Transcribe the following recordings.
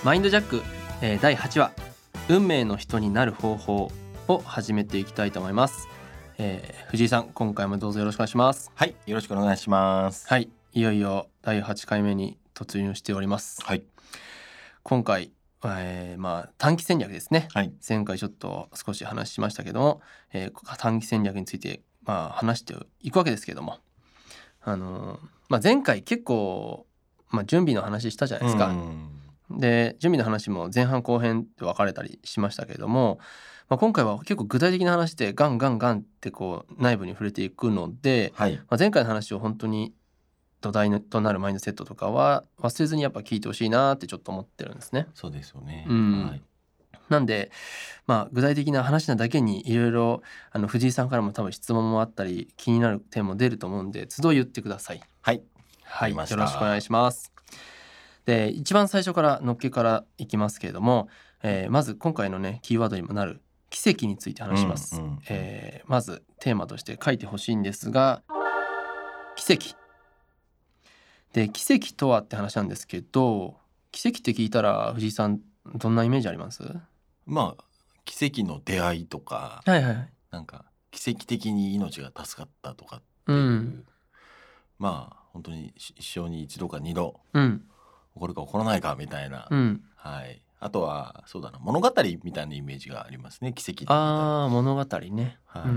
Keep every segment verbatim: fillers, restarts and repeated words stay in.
マインドジャック、えー、だいはちわ運命の人になる方法を始めていきたいと思います、えー、藤井さん、今回もどうぞよろしくお願いします。 はい、よろしくお願いします。 はい、いよいよだいはちかいめに突入しております。 はい、 今回、えー、まあ短期戦略ですね、 はい、 前回ちょっと少し話しましたけども、えー、短期戦略についてまあ話していくわけですけども、あのーまあ、前回結構、まあ、準備の話したじゃないですか。で準備の話も前半後編で分かれたりしましたけれども、まあ、今回は結構具体的な話でガンガンガンってこう内部に触れていくので、 はい、 まあ、前回の話を本当に土台となるマインドセットとかは忘れずにやっぱ聞いてほしいなってちょっと思ってるんですね。 そうですよね。 うん、 はい、 なんで、まあ、具体的な話なだけにいろいろあの藤井さんからも多分質問もあったり気になる点も出ると思うんで都度言ってください。 はい、 はい、よわかりましたろしくお願いします。で一番最初からのっけからいきますけれども、えー、まず今回のねキーワードにもなる奇跡について話します、 うんうんうんえー、まずテーマとして書いてほしいんですが、奇跡で奇跡とはって話なんですけど、奇跡って聞いたら藤井さんどんなイメージあります？ まあ奇跡の出会いとか、 はいはい、 なんか奇跡的に命が助かったとかってういう、 んまあ本当に一生に一度か二度うん起こるか起こらないかみたいな、 うんはい。あとはそうだな、物語みたいなイメージがありますね、奇跡って聞いたら。 あー物語ね、 はい、 うんうんうん、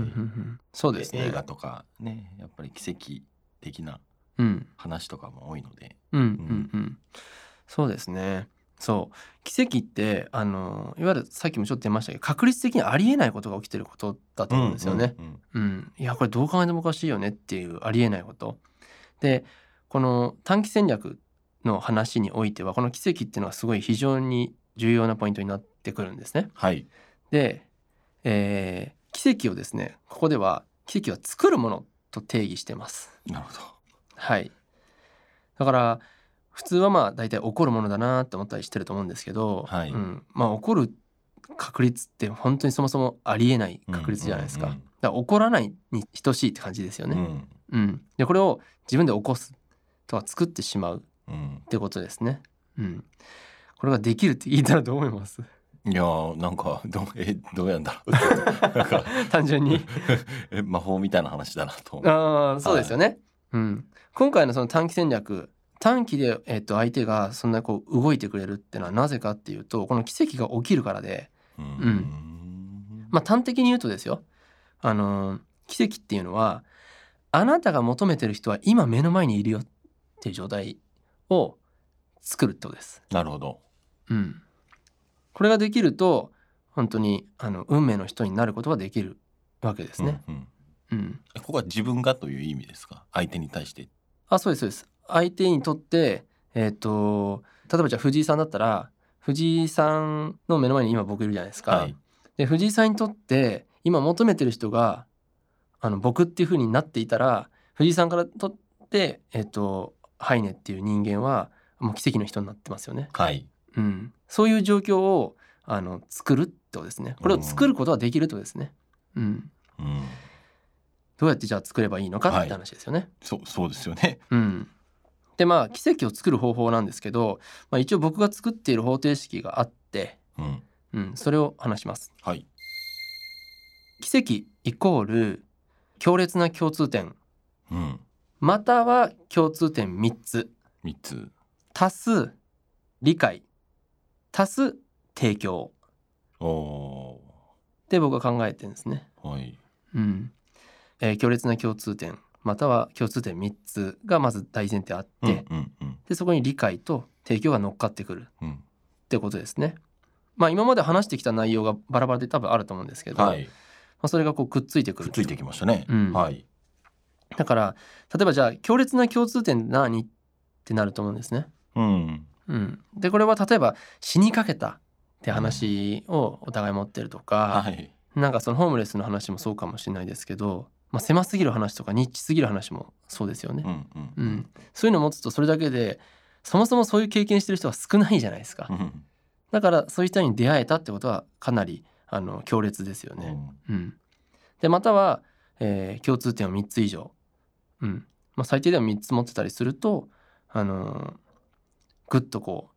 そうですね。 映画とかね、やっぱり奇跡的なうん話とかも多いので、 うんうんうん、そうですね。そう奇跡ってあのいわゆるさっきもちょっと出ましたけど確率的にありえないことが起きてることだと思うんですよね。 うんうんうん、いやこれどう考えてもおかしいよねっていうありえないことで、この短期戦略の話においてはこの奇跡っていうのはすごい非常に重要なポイントになってくるんですね。 はい、 で、えー奇跡をですねここでは奇跡は作るものと定義してます。 なるほど。 はい、だから普通はまあ大体起こるものだなって思ったりしてると思うんですけど、 はい、 うん、まあ起こる確率って本当にそもそもありえない確率じゃないですか。 うんうんうんだから起こらないに等しいって感じですよね。 うんうん、でこれを自分で起こすとか作ってしまううんってことですね。うん、これができるって言いたらどう思います？ いやーなんかどうえどうやんだろうなんか単純にえ魔法みたいな話だなと思う。 ああそうですよね、うん、今回のその短期戦略短期で、えっと、相手がそんなこう動いてくれるってのはなぜかっていうとこの奇跡が起きるからで、 うーんうんまあ端的に言うとですよ、あのー奇跡っていうのはあなたが求めてる人は今目の前にいるよっていう状態を作るってことです。 なるほど。 うん、これができると本当にあの運命の人になることができるわけですね。 うんうんうん、 えここは自分がという意味ですか、相手に対して。 あ、そうですそうです。相手にとってえっと例えばじゃあ藤井さんだったら藤井さんの目の前に今僕いるじゃないですか。 はい、 で藤井さんにとって今求めてる人があの僕っていう風になっていたら藤井さんからとってえっとハイネっていう人間はもう奇跡の人になってますよね。 はい、 うん、そういう状況をあの作るってことですね。これを作ることができるってことですね。うん、 うんどうやってじゃあ作ればいいのかっはいて話ですよね。 そうそうですよね。 うん、でまあ奇跡を作る方法なんですけど、まあ、一応僕が作っている方程式があって、 うんうん、それを話します。 はい、 奇跡イコール強烈な共通点うんまたは共通点みっつみっつ。 足す理解足す提供おで僕は考えてるんですね。 ーはい、 うんえー強烈な共通点または共通点みっつがまず大前提あって、 うんうんうんでそこに理解と提供が乗っかってくるうんってことですね。まあ今まで話してきた内容がバラバラで多分あると思うんですけど、 はい、 まあ、それがこうくっついてくるくっついてきましたね。 うんはい、 だから例えばじゃあ強烈な共通点何ってなると思うんですね。 うんうん、でこれは例えば死にかけたって話をお互い持ってるとか、 はい、 なんかそのホームレスの話もそうかもしれないですけど、まあ、狭すぎる話とかニッチすぎる話もそうですよね。 うんうんうん、そういうのを持つとそれだけでそもそもそういう経験してる人は少ないじゃないですか。 うんだからそういう人に出会えたってことはかなりあの強烈ですよね。うんでまたは、えー共通点をみっつ以上、うんまあ、最低でもみっつ持ってたりすると、あのーぐっとこう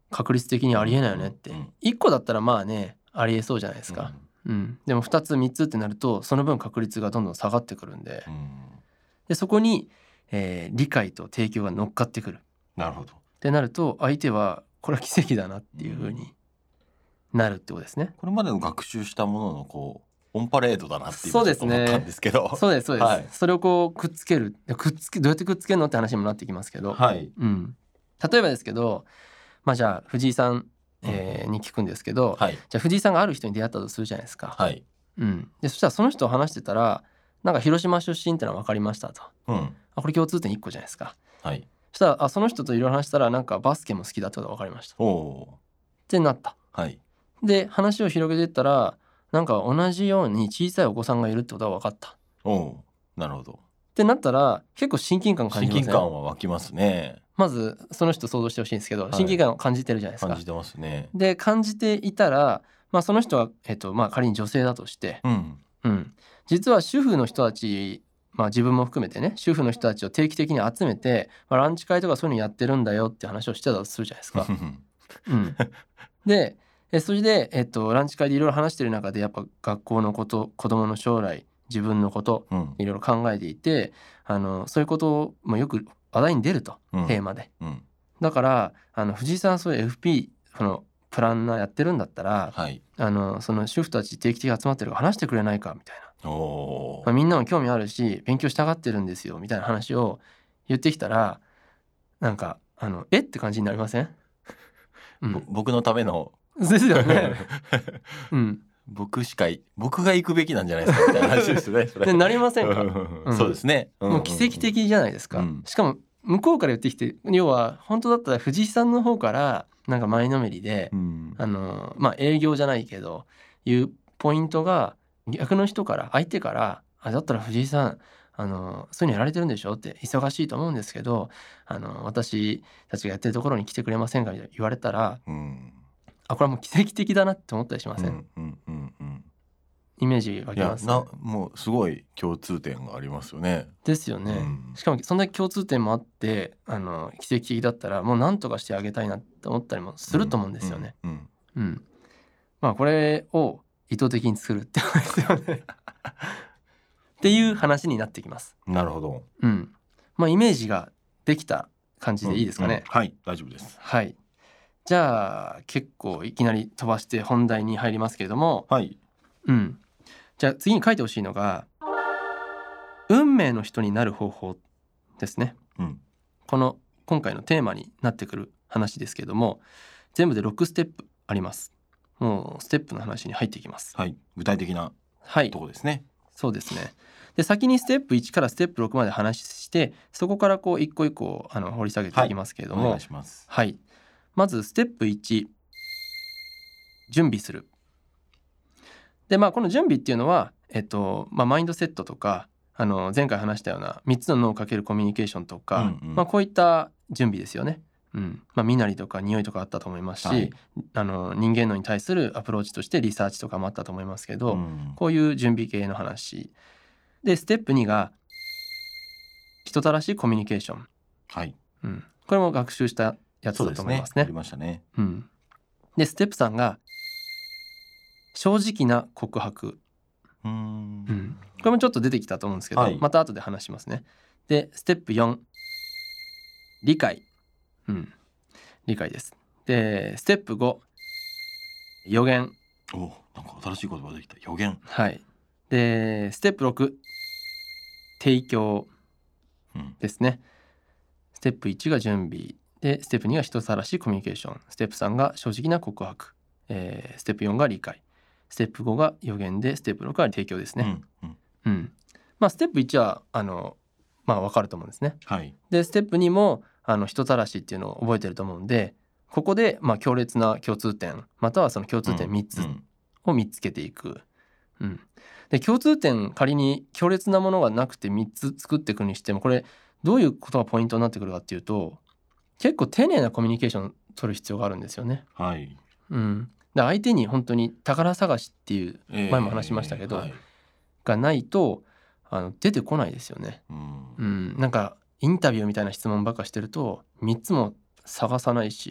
確率的にありえないよねって、 うんうんうん、 いっこだったらまあねありえそうじゃないですか、うんうん、でもふたつみっつってなるとその分確率がどんどん下がってくるんで、うん、でそこに、えー、理解と提供が乗っかってくる。 なるほど。 ってなると相手はこれは奇跡だなっていう風になるってことですね、うん、 これまでの学習したもののこうオンパレードだなって今ちょっと思ったんですけど、 そうですそうです、はい、それをこうくっつけるくっつけどうやってくっつけるのって話にもなってきますけど、はい、うん、例えばですけど、まあ、じゃあ藤井さん、えー、に聞くんですけど、はい、じゃあ藤井さんがある人に出会ったとするじゃないですか、はい、うん、でそしたらその人を話してたらなんか広島出身ってのは分かりましたと、うん、あこれ共通点いっこじゃないですか、はい、そしたらあその人といろいろ話したらなんかバスケも好きだってことが分かりましたおってなった、はい、で話を広げていったらなんか同じように小さいお子さんがいるってことが分かった。 おなるほど。 ってなったら結構親近感感じません？ 親近感は湧きますね。 まずその人想像してほしいんですけど、はい、親近感を感じてるじゃないですか。 感じてますね。 で感じていたら、まあ、その人は、えっとまあ、仮に女性だとして、うんうん、実は主婦の人たち、まあ、自分も含めてね主婦の人たちを定期的に集めて、まあ、ランチ会とかそういうのやってるんだよって話をしてたとするじゃないですか。うん、でえそれで、えっと、ランチ会でいろいろ話してる中でやっぱ学校のこと子供の将来自分のこといろいろ考えていて、うん、あのそういうこともよく話題に出ると、うん、テーマで、うん、だからあの藤井さんそういう エフピー そのプランナーやってるんだったら、はい、あのその主婦たち定期的に集まってるから話してくれないかみたいな、お、まあ、みんなも興味あるし勉強したがってるんですよみたいな話を言ってきたらなんかあのえって感じになりません？ うん、僕のためのですよね、うん、 僕しか僕が行くべきなんじゃないですかみたいな話ですね。それでなりませんか？ うん、そうですね、うんうんうん、 もう奇跡的じゃないですか、うん、しかも向こうから言ってきて要は本当だったら藤井さんの方からなんか前のめりで、うん、あのまあ営業じゃないけどいうポイントが逆の人から相手からあだったら藤井さんあのそういうのやられてるんでしょって忙しいと思うんですけどあの私たちがやってるところに来てくれませんかみたいな言われたら、うん、あこれはもう奇跡的だなって思ったりしません？うんうんうんうん、イメージ湧きます、ね、 いやなもうすごい共通点がありますよね。 ですよね、うん、しかもそんだけ共通点もあってあの奇跡的だったらもう何とかしてあげたいなって思ったりもすると思うんですよね、うんうんうん、まあこれを意図的に作るってことですよねっていう話になってきます。 なるほど、 うん、まあイメージができた感じでいいですかね、うんうん、 はい大丈夫です。 はい、じゃあ結構いきなり飛ばして本題に入りますけれども、はい、うん、じゃあ次に書いてほしいのが運命の人になる方法ですね、うん、この今回のテーマになってくる話ですけれども全部でろくステップあります。もうステップの話に入っていきます。 はい、具体的なところですね、はい、 そうですね。で先にステップいちからステップろくまで話してそこからこう一個一個あの掘り下げていきますけれども、はい、お願いします。はい、まずステップいち準備する。でまあこの準備っていうのは、えっとまあ、マインドセットとかあの前回話したようなみっつの脳をかけるコミュニケーションとか、うんうんまあ、こういった準備ですよね。うんまあ、身なりとか匂いとかあったと思いますし、はい、あの人間脳に対するアプローチとしてリサーチとかもあったと思いますけど、うん、こういう準備系の話でステップにが人たらしいコミュニケーション、はいうん、これも学習したやつだと思いますね。そうですね、 ありましたね、 うん、でステップさんが正直な告白、うーん、うん、これもちょっと出てきたと思うんですけど、はい、また後で話しますね。でステップよん理解、うん、理解です。でステップご予言、 おなんか新しい言葉できた予言、 はいでステップろく提供ですね、うん、ステップいちが準備でステップにが人たらしいコミュニケーションステップさんが正直な告白、えー、ステップよんが理解ステップごが予言でステップろくが提供ですね、うんうんうんまあ、ステップいちはあの、まあ、分かると思うんですね、はい、でステップにもあの人たらしっていうのを覚えてると思うんでここでまあ強烈な共通点またはその共通点みっつを見つけていく、うんうん、で共通点仮に強烈なものがなくてみっつ作っていくにしてもこれどういうことがポイントになってくるかっていうと結構丁寧なコミュニケーションを取る必要があるんですよね、はいうん、で相手に本当に宝探しっていう前も話しましたけど、えーはい、がないとあの出てこないですよね、うんうん、なんかインタビューみたいな質問ばっかしてるとみっつも探さないし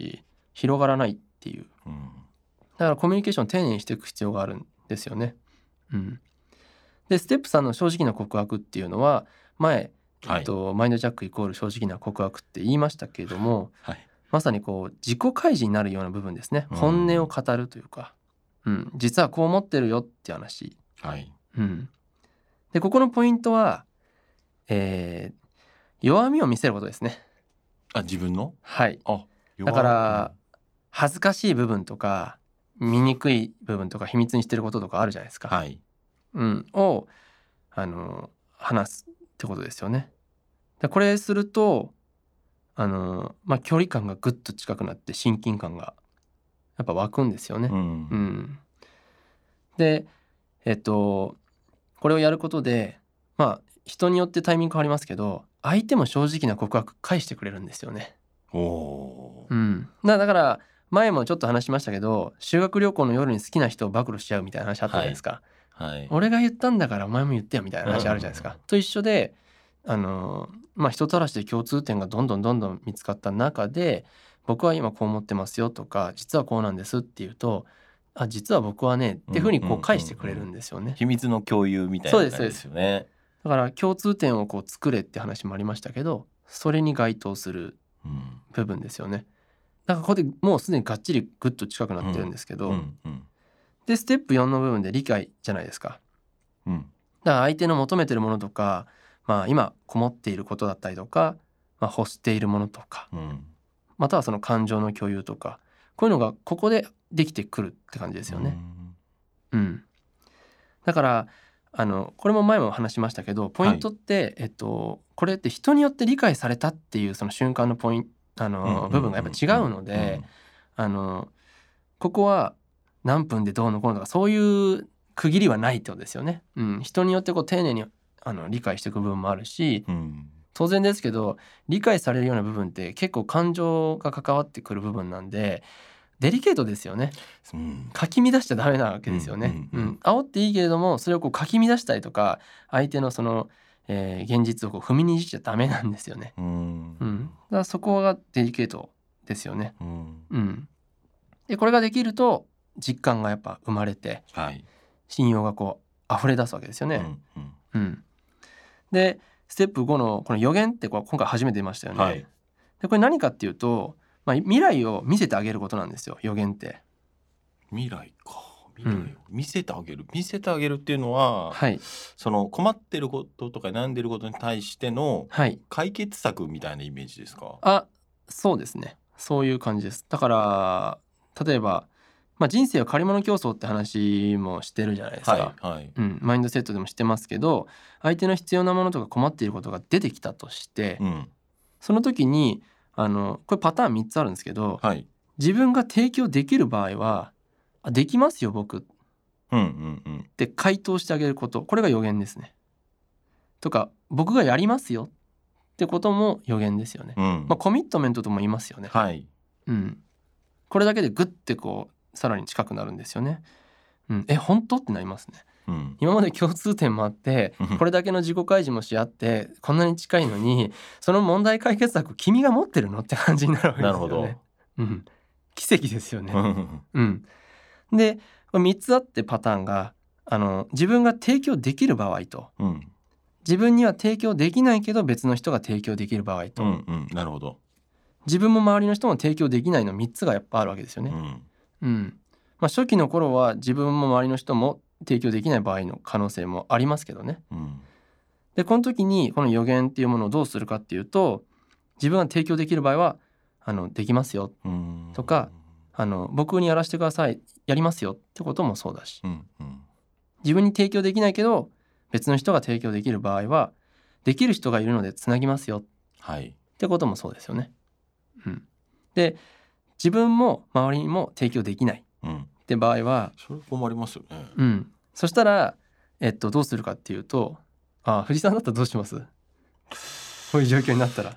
広がらないっていう。 うんだからコミュニケーションを丁寧にしていく必要があるんですよね。うん、でステップさんの正直な告白っていうのは前、 はいえっと、マインドジャックイコール正直な告白って言いましたけれども、 はいまさにこう自己開示になるような部分ですね。 うん本音を語るというか、うん、実はこう思ってるよって話、 はいうん、でここのポイントは、えー弱みを見せることですね。 あ自分のはいあだから恥ずかしい部分とか醜い部分とか秘密にしてることとかあるじゃないですか、 はいうん、をあの話すってことですよね。でこれするとあの、まあ、距離感がぐっと近くなって親近感がやっぱ湧くんですよね。 うんうんでえっとこれをやることでまあ人によってタイミング変わりますけど相手も正直な告白返してくれるんですよね。 おーうん、だだから前もちょっと話しましたけど修学旅行の夜に好きな人を暴露しちゃうみたいな話あったじゃないですか、 はい俺が言ったんだからお前も言ってよみたいな話あるじゃないですか、 うんと一緒であのまあ人たらしで共通点がどんどんどんどん見つかった中で僕は今こう思ってますよとか実はこうなんですっていうとあ実は僕はねっていうふうにこう返してくれるんですよね。 秘密の共有みたいな感じですよね。 だから共通点をこう作れって話もありましたけどそれに該当するうん部分ですよね。だからここでもうすでにがっちりぐっと近くなってるんですけど、 うんうんでステップよんの部分で理解じゃないですか。 うんだから相手の求めてるものとか、まあ、今こもっていることだったりとか、まあ、欲しているものとかうんまたはその感情の共有とかこういうのがここでできてくるって感じですよね。うん、だからあのこれも前も話しましたけどポイントって、えっと、これって人によって理解されたっていうその瞬間のポイントあの部分がやっぱ違うのであのここは何分でどうのこうのとかそういう区切りはないってことですよね。うん、人によってこう丁寧にあの理解していく部分もあるしうんうん当然ですけど理解されるような部分って結構感情が関わってくる部分なんでデリケートですよね。 うんかき乱しちゃダメなわけですよね。 うんうんうんうん、煽っていいけれどもそれをこうかき乱したりとか相手のその、えー現実をこう踏みにじっちゃダメなんですよね。 うんうん、だからそこがデリケートですよね。 うんうん、でこれができると実感がやっぱ生まれてはい信用がこう溢れ出すわけですよね。 うんうんうんでステップごのこの予言ってこう今回初めて出ましたよね。 はいでこれ何かっていうと、まあ、未来を見せてあげることなんですよ予言って。 未来か未来を見せてあげる、見せてあげるっていうのは、 はいその困ってることとか悩んでることに対してのはい解決策みたいなイメージですか？ あそうですねそういう感じです。だから例えば、まあ、人生は借り物競争って話もしてるじゃないですか、 はいはいうん、マインドセットでもしてますけど相手の必要なものとか困っていることが出てきたとして、 うんその時にあのこれパターンみっつあるんですけど、 はい自分が提供できる場合はあできますよ僕っうんうんうんて回答してあげることこれが予言ですね。とか僕がやりますよってことも予言ですよね。 うんまあ、コミットメントとも言いますよね。 はいうん、これだけでグッてこうさらに近くなるんですよね。うん、え本当ってなりますね。 うん今まで共通点もあってこれだけの自己開示もし合ってこんなに近いのにその問題解決策君が持ってるのって感じになるわけですよね。 なるほどうん、奇跡ですよね。 うんうん、でみっつあってパターンがあの自分が提供できる場合とうん自分には提供できないけど別の人が提供できる場合と、 うんうんなるほど自分も周りの人も提供できないのみっつがやっぱあるわけですよね。 うんうんまあ、初期の頃は自分も周りの人も提供できない場合の可能性もありますけどね。 うんでこの時にこの予言っていうものをどうするかっていうと自分が提供できる場合はあのできますようんとかあの僕にやらせてくださいやりますよってこともそうだしうんうん自分に提供できないけど別の人が提供できる場合はできる人がいるのでつなぎますよっはいてこともそうですよね。うん、で自分も周りにも提供できないうんって場合は、 それ困りますよねうん、そしたら、えっと、どうするかっていうとあ藤井さんだったらどうします？こういう状況になったら。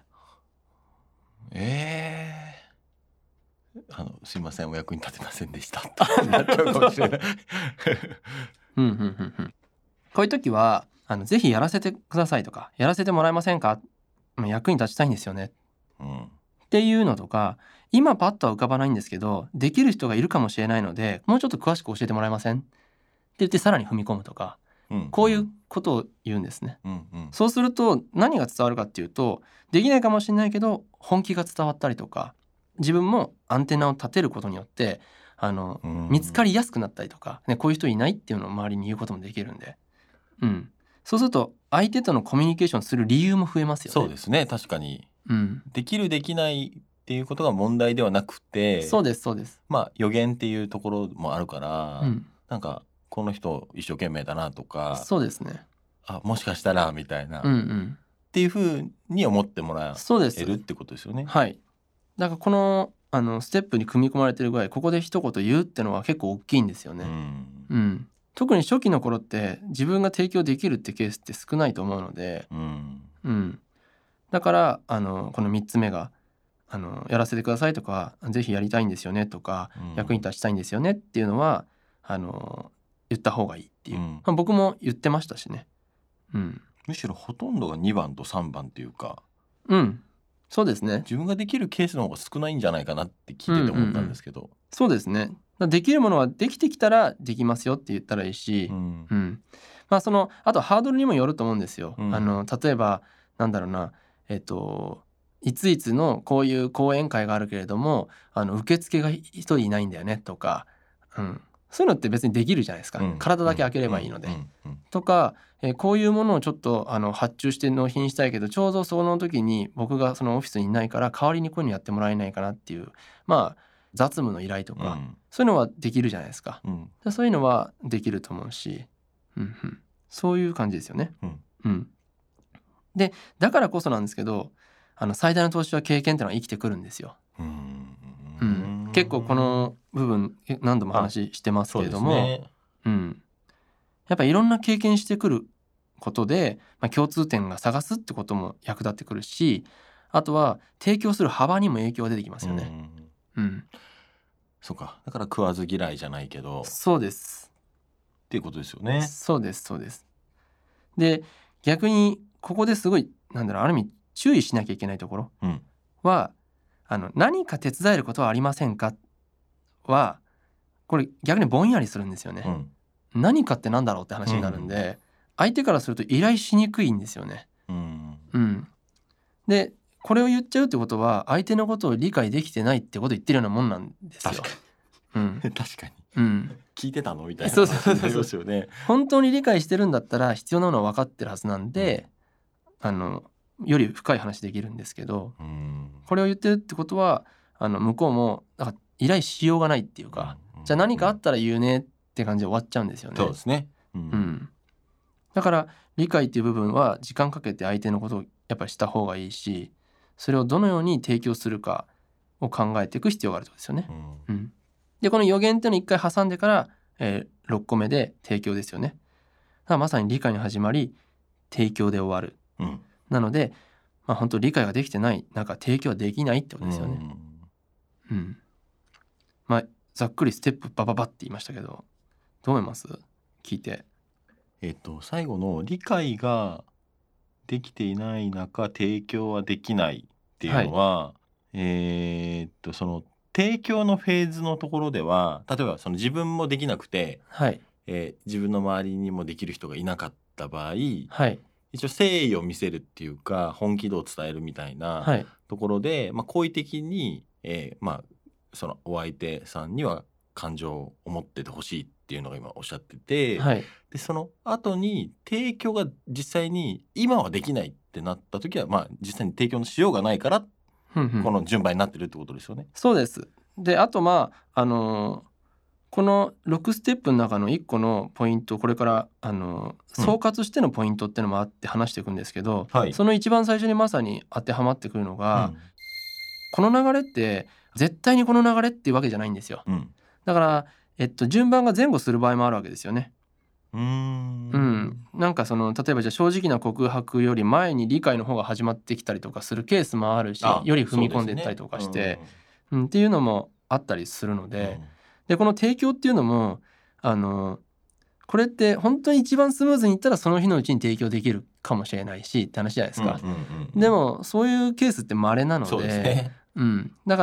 ええあのすいませんお役に立てませんでしたってなっちゃうかもしれないうんうんうんうん、こういう時はあのぜひやらせてくださいとかやらせてもらえませんか、役に立ちたいんですよねうんっていうのとか今パッとは浮かばないんですけどできる人がいるかもしれないのでもうちょっと詳しく教えてもらえませんって言ってさらに踏み込むとか、 うん、 こういうことを言うんですね、 うんうん、 そうすると何が伝わるかっていうとできないかもしれないけど本気が伝わったりとか自分もアンテナを立てることによってあの見つかりやすくなったりとか、ね、こういう人いないっていうのを周りに言うこともできるんで、うん、そうすると相手とのコミュニケーションする理由も増えますよね。 そうですね、確かに、 うん、 できるできないっていうことが問題ではなくて、 そうですそうです、 まあ予言っていうところもあるから、 うん、 なんかこの人一生懸命だなとか、 そうですね、 あもしかしたらみたいな、 うんうん、 っていうふうに思ってもらそうですえるってことですよね。 はい。だからこのあのステップに組み込まれてるぐらいここで一言言うってのは結構大きいんですよね、 うんうん、特に初期の頃って自分が提供できるってケースって少ないと思うので、 うんうん、だからあのこのみっつめがあのやらせてくださいとかぜひやりたいんですよねとか、 うん役に立ちたいんですよねっていうのはあの言った方がいいっていう、 うんまあ、僕も言ってましたしね、うん、 むしろほとんどがにばんとさんばんっていうか、 うん、そうですね、 自分ができるケースの方が少ないんじゃないかなって聞いてて思ったんですけど、 そうですね。できるものはできてきたらできますよって言ったらいいし、 うんうんまあ、そのあとハードルにもよると思うんですよ、 うんあの例えばなんだろうなえっといついつのこういう講演会があるけれどもあの受付が一人いないんだよねとか、うん、そういうのって別にできるじゃないですか、 うん体だけ開ければいいので、 うんうんとか、えーこういうものをちょっとあの発注して納品したいけどちょうどその時に僕がそのオフィスにいないから代わりにこういうのやってもらえないかなっていうまあ雑務の依頼とか、 うんそういうのはできるじゃないですか。 うんでそういうのはできると思うし、うんうん、そういう感じですよね。 うんうん、でだからこそなんですけどあの最大の投資は経験っていうのは生きてくるんですよ。 うんうん、結構この部分え何度も話してますけれども、 そうですね、 うん、やっぱりいろんな経験してくることで、まあ、共通点が探すってことも役立ってくるしあとは提供する幅にも影響が出てきますよね。 うんうん、 そうか、だから食わず嫌いじゃないけどそうですっていうことですよね。 そうですそうです。で逆にここですごいなんだろうある意味注意しなきゃいけないところうんはあの何か手伝えることはありませんかはこれ逆にぼんやりするんですよね。 うん何かってなんだろうって話になるんで、相手からすると依頼しにくいんですよね。 うんうん、でこれを言っちゃうってことは相手のことを理解できてないってことを言ってるようなもんなんですよ。 確かうんに確かにうん、 聞いてたのみたいなそうそうそうそう話になりますよね。 本当に理解してるんだったら必要なのは分かってるはずなんで、あのより深い話できるんですけどうんこれを言ってるってことはあの向こうもだから依頼しようがないっていうか、 うんじゃあ何かあったら言うねって感じで終わっちゃうんですよね。 そうですね、うんうん、だから理解っていう部分は時間かけて相手のことをやっぱりした方がいいしそれをどのように提供するかを考えていく必要があるとですよね。 うんうん、でこの予言っていうのを一回挟んでから、えー、ろっこめで提供ですよね。だからまさに理解に始まり提供で終わる。 うんなので、まあ、本当理解ができてない中提供はできないってことですよね。うん、まあざっくりステップバババって言いましたけどどう思います聞いて。 えっと最後の理解ができていない中提供はできないっていうのは、えーっとその提供のフェーズのところでは例えばその自分もできなくて、 はいえー自分の周りにもできる人がいなかった場合はい一応誠意を見せるっていうか本気度を伝えるみたいなはいところで、まあ、好意的に、えーまあ、そのお相手さんには感情を持っててほしいっていうのが今おっしゃってて、 はいでその後に提供が実際に今はできないってなった時は、まあ、実際に提供のしようがないからふんふんこの順番になってるってことですよね。 そうです。であとまああのーこのろくステップの中のいっこのポイントこれからあのーうん総括してのポイントっていうのもあって話していくんですけど、 はいその一番最初にまさに当てはまってくるのが、 うんこの流れって絶対にこの流れっていうわけじゃないんですよ。 うんだから、えっと、順番が前後する場合もあるわけですよね。 うーんうん、なんかその例えばじゃあ正直な告白より前に理解の方が始まってきたりとかするケースもあるしあより踏み込んでいったりとかして、 そうですねうん、っていうのもあったりするのうんで、でこの提供っていうのもあのこれって本当に一番スムーズにいったらその日のうちに提供できるかもしれないしって話じゃないですか、 うんうんうんうんでもそういうケースって稀なのでそうですね。 うん、だから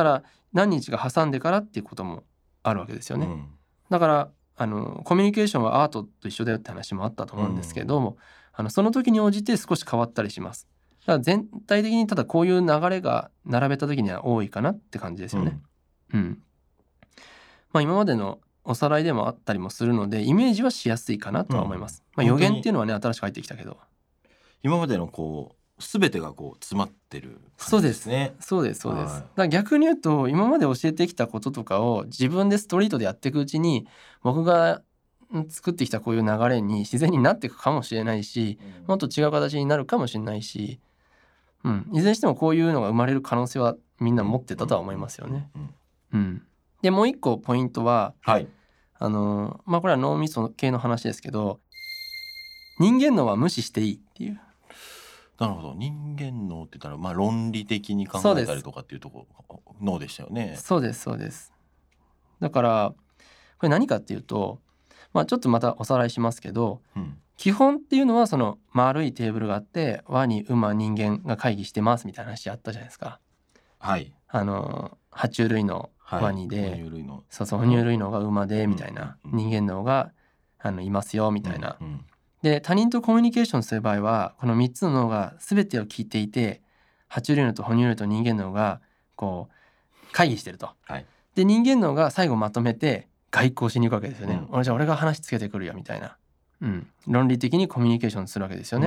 何日か挟んでからっていうこともあるわけですよね、 うん、 だからあのコミュニケーションはアートと一緒だよって話もあったと思うんですけども、うん、あのその時に応じて少し変わったりします。だから全体的にただこういう流れが並べた時には多いかなって感じですよね、うん、うん、まあ、今までのおさらいでもあったりもするのでイメージはしやすいかなとは思います、うん、まあ、予言っていうのはね新しく入ってきたけど今までのこう全てがこう詰まってる感じですね。 そうですそうですそうです、はい、だから逆に言うと今まで教えてきたこととかを自分でストリートでやっていくうちに僕が作ってきたこういう流れに自然になっていくかもしれないし、うん、もっと違う形になるかもしれないし、うん、いずれにしてもこういうのが生まれる可能性はみんな持ってたとは思いますよね、うんうん、でもう一個ポイントは、はい、あのまあこれは脳みそ系の話ですけど人間脳は無視していいっていう。 なるほど。人間脳って言ったら、まあ、論理的に考えたりとかっていうところ脳でしたよね。 そうですそうです。だからこれ何かっていうと、まあ、ちょっとまたおさらいしますけど、うん、基本っていうのはその丸いテーブルがあってワニ馬人間が会議してますみたいな話あったじゃないですか。 はい。 あの爬虫類のワニで、はい、哺乳類のそうそう哺乳類のが馬でみたいな、うんうんうん、人間脳があのいますよみたいな、うんうん、で他人とコミュニケーションする場合はこのみっつの脳が全てを聞いていて爬虫類脳と哺乳類と人間脳がこう会議してると、はい、で人間脳が最後まとめて外交しに行くわけですよね、うん、じゃあ俺が話つけてくるよみたいな、うん、論理的にコミュニケーションするわけですよね、うん、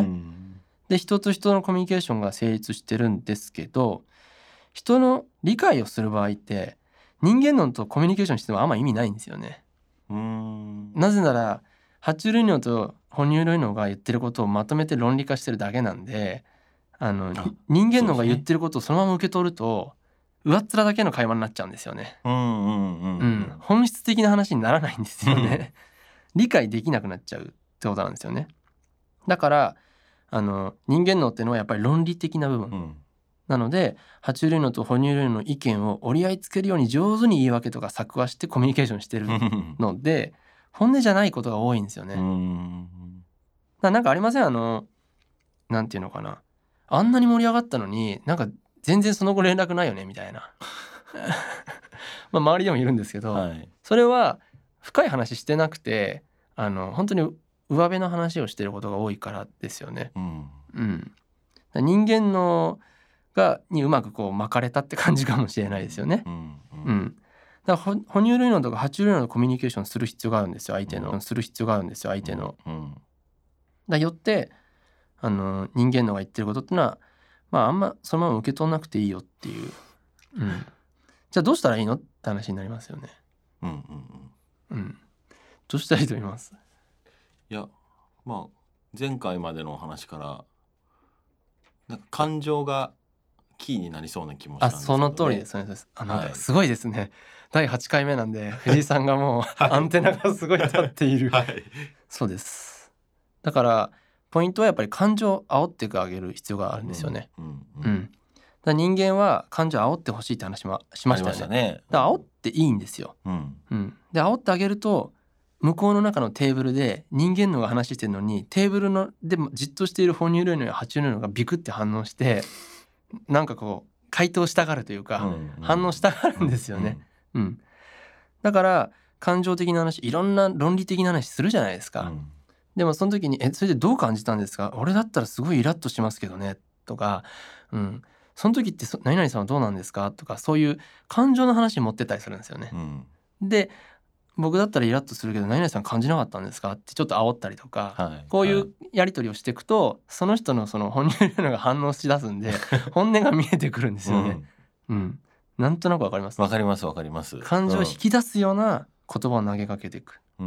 で人と人のコミュニケーションが成立してるんですけど人の理解をする場合って人間脳とコミュニケーションしてもあんま意味ないんですよね。うーんなぜなら爬虫類脳と哺乳類脳が言ってることをまとめて論理化してるだけなんであのあ人間脳が言ってることをそのまま受け取ると上っ面だけの会話になっちゃうんですよね。うんうんうんうんうん、本質的な話にならないんですよね理解できなくなっちゃうってことなんですよね。だからあの人間脳っていうのはやっぱり論理的な部分、うん、なので爬虫類脳と哺乳類脳の意見を折り合いつけるように上手に言い訳とか作話してコミュニケーションしてるので本音じゃないことが多いんですよね。うんだなんかありませんあのなんていうのかなあんなに盛り上がったのになんか全然その後連絡ないよねみたいなまあ周りでもいるんですけど、はい、それは深い話してなくてあの本当に上辺の話をしてることが多いからですよね、うんうん、人間のがにうまくこう巻かれたって感じかもしれないですよね、うんうんうん、だから哺乳類脳とか爬虫類脳のコミュニケーションする必要があるんですよ相手の、うん、する必要があるんですよ相手の、うんうん、だよってあの人間脳が言ってることってのはまああんまそのまま受け取んなくていいよっていう、うん、じゃあどうしたらいいのって話になりますよね。うんうんうん。うん。どうしたらいいと思います？ いやまあ前回までのお話からなんか感情がキーになりそうな気もしたんですけど、ね、 あその通りですね。あなんかすごいですね、はい、だいはちかいめなんで藤井さんがもうアンテナがすごい立っている、はい、そうです。だからポイントはやっぱり感情を煽ってあげる必要があるんですよね、うんうんうん、だ人間は感情を煽ってほしいって話もしましたよね。ね、だから煽っていいんですよ、うんうん、で煽ってあげると向こうの中のテーブルで人間のが話してるのにテーブルのでもじっとしている哺乳類のや爬虫類のがビクって反応してなんかこう回答したがるというか、うんうん、反応したがるんですよね、うんうん、だから感情的な話いろんな論理的な話するじゃないですか、うん、でもその時にえそれでどう感じたんですか俺だったらすごいイラッとしますけどねとか、うん、その時って何々さんはどうなんですかとかそういう感情の話に持ってったりするんですよね、うん、で僕だったらイラッとするけど何々さん感じなかったんですかってちょっと煽ったりとか、はい、こういうやり取りをしていくとその人のその哺乳類のが反応しだすんで本音が見えてくるんですよね、うんうん、なんとなくわかります？ わかりますわかります。 感情を引き出すような言葉を投げかけていく、うん、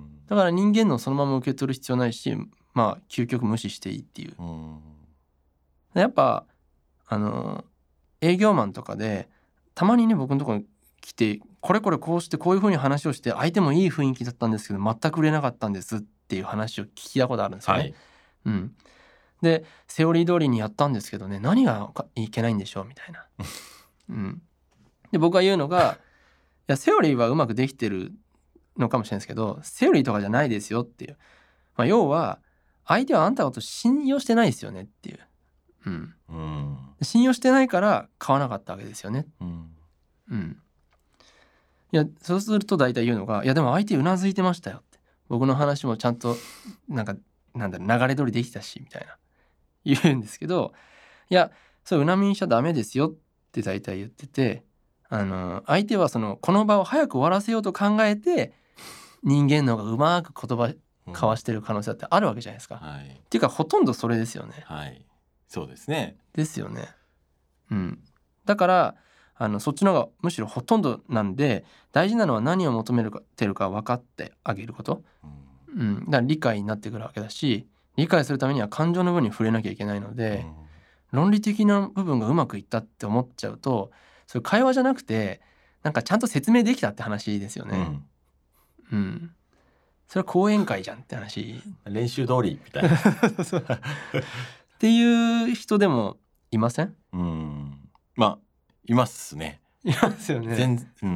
だから人間のそのまま受け取る必要ないしまあ究極無視していいっていう、うん、やっぱあの営業マンとかでたまにね僕のところに来てこれこれこうしてこういう風に話をして相手もいい雰囲気だったんですけど全く売れなかったんですっていう話を聞いたことあるんですよね、はい、うん、でセオリー通りにやったんですけどね何がいけないんでしょうみたいな、うん、で僕が言うのがいやセオリーはうまくできてるのかもしれないですけどセオリーとかじゃないですよっていう、まあ、要は相手はあんたのこと信用してないですよねっていう、うんうん、信用してないから買わなかったわけですよね、うんうん、 いやそうすると大体言うのが、いやでも相手うなずいてましたよって、僕の話もちゃんとなんかなんだろう流れ通りできたしみたいな言うんですけど、いやそれうなみにしちゃダメですよって大体言ってて、あの相手はそのこの場を早く終わらせようと考えて人間の方がうまく言葉交わしてる可能性だってあるわけじゃないですか、 うん、はい、 っていうかほとんどそれですよね。 はい、そうですね。 ですよね。うん。だからあのそっちの方がむしろほとんどなんで、大事なのは何を求めてるか分かってあげること、 うん、 うん、だから理解になってくるわけだし、理解するためには感情の部分に触れなきゃいけないので、うん、論理的な部分がうまくいったって思っちゃうと、それ会話じゃなくてなんかちゃんと説明できたって話ですよね。うん、うん、それは講演会じゃんって話、 練習通りみたいなっていう人でもいません？ うん、まあいますね。 いますよね。 全、うん、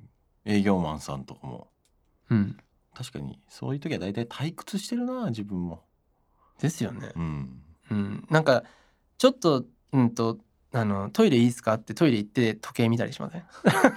営業マンさんとかも、 うん、 確かにそういう時は大体退屈してるな自分も。ですよね。 うんうん、なんかちょっとうんとあのトイレいいですかってトイレ行って時計見たりしません？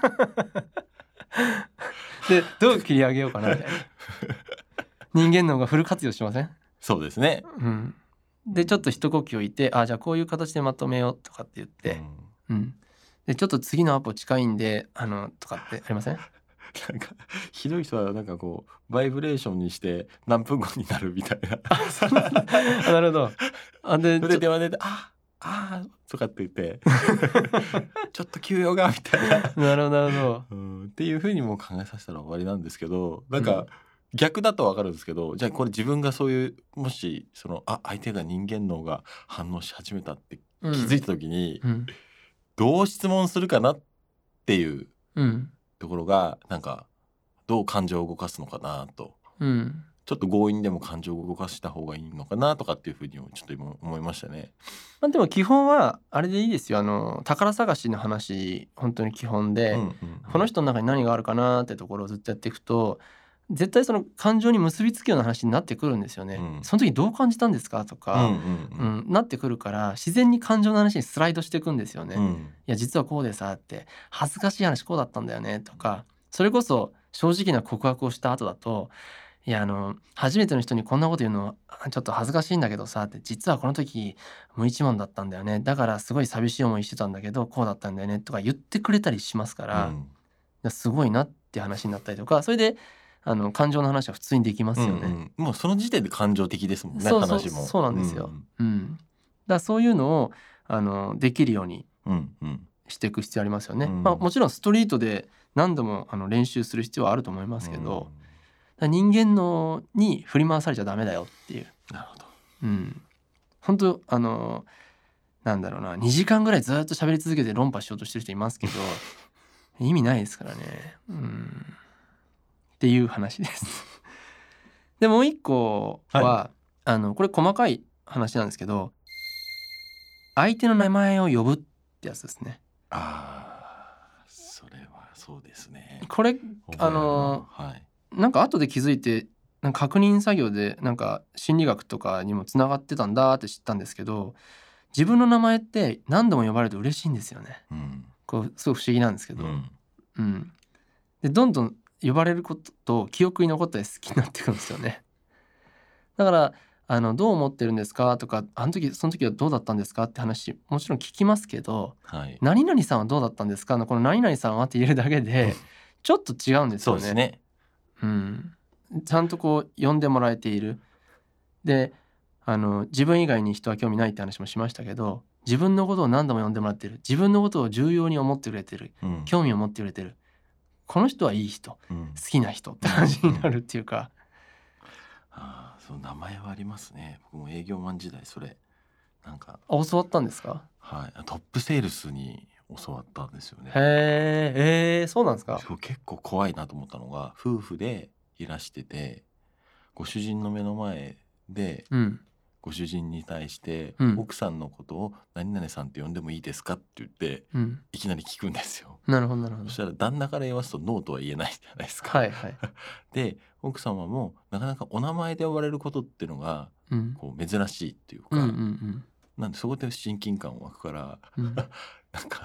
でどう切り上げようかなみたいな。人間の方がフル活用しません？ そうですね。 うん、でちょっと一呼吸置いて、あじゃあこういう形でまとめようとかって言って、うんうん、でちょっと次のアポ近いんであのとかってありません？ なんかひどい人はなんかこうバイブレーションにして何分後になるみたいな。 あなるほど。あでそれで電話でああとかって言ってちょっと休養がみたいななるほどなるほど、 うん、っていうふうにも考えさせたら終わりなんですけど、なんか、うん逆だと分かるんですけど、じゃあこれ自分がそういうもしそのあ相手が人間脳が反応し始めたって気づいた時に、 うんうん、 どう質問するかなっていううんところがなんかどう感情を動かすのかなと、 うん、 ちょっと強引でも感情を動かした方がいいのかなとかっていうふうにちょっと今思いましたね。 まあ、でも基本はあれでいいですよ。あの宝探しの話本当に基本で、うんうんうん、この人の中に何があるかなってところをずっとやっていくと絶対その感情に結びつくような話になってくるんですよね、うん、その時どう感じたんですかとか、うんうんうんうん、なってくるから自然に感情の話にスライドしていくんですよね、うん、いや実はこうでさって恥ずかしい話こうだったんだよねとか、それこそ正直な告白をした後だと、いやあの初めての人にこんなこと言うのちょっと恥ずかしいんだけどさって、実はこの時無一文だったんだよね、だからすごい寂しい思いしてたんだけどこうだったんだよねとか言ってくれたりしますから、うん、すごいなって話になったりとか、それであの感情の話は普通にできますよね、うんうん、 もうその時点で感情的ですもんね。 そうそう話もそうなんですよ、うんうん、だからそういうのをあのできるようにしていく必要ありますよね、うんまあ、もちろんストリートで何度もあの練習する必要はあると思いますけど、うん、人間のに振り回されちゃダメだよっていう。 なるほど、 うん、本当あのなんだろうなにじかんぐらいずっと喋り続けて論破しようとしてる人いますけど意味ないですからね、うん、っていう話ですでもう一個は、はい、あのこれ細かい話なんですけど、相手の名前を呼ぶってやつですね。 あーそれはそうですね。 これあの、はい、なんか後で気づいてなんか確認作業でなんか心理学とかにもつながってたんだって知ったんですけど、自分の名前って何度も呼ばれると嬉しいんですよね、うん、こうすごい不思議なんですけど、うんうん、でどんどん呼ばれることと記憶に残ったり好きになってくるんですよね。だからあのどう思ってるんですかとか、あの時その時はどうだったんですかって話もちろん聞きますけど、はい、何々さんはどうだったんですかのこの何々さんはって言えるだけでちょっと違うんですよね。そうですね、うん、ちゃんとこう呼んでもらえている。であの自分以外に人は興味ないって話もしましたけど、自分のことを何度も呼んでもらってる、自分のことを重要に思ってくれてる、うん、興味を持ってくれてる、この人はいい人、うん、好きな人って感じになるっていうか、うんうん、 あその名前はありますね。僕も営業マン時代それなんか教わったんですか？ はい、トップセールスに教わったんですよね。 へえ、そうなんですか？ 結構怖いなと思ったのが、夫婦でいらしててご主人の目の前で、うん、ご主人に対して、うん、奥さんのことを何々さんって呼んでもいいですかって言って、うん、いきなり聞くんですよ。 なるほどなるほど。 そしたら旦那から言わすとノーとは言えないじゃないですか。はいはい、で奥様もなかなかお名前で呼ばれることっていうのが、うん、こう珍しいっていうか、うんうんうん、なんでそこで親近感湧くから、うん、なんか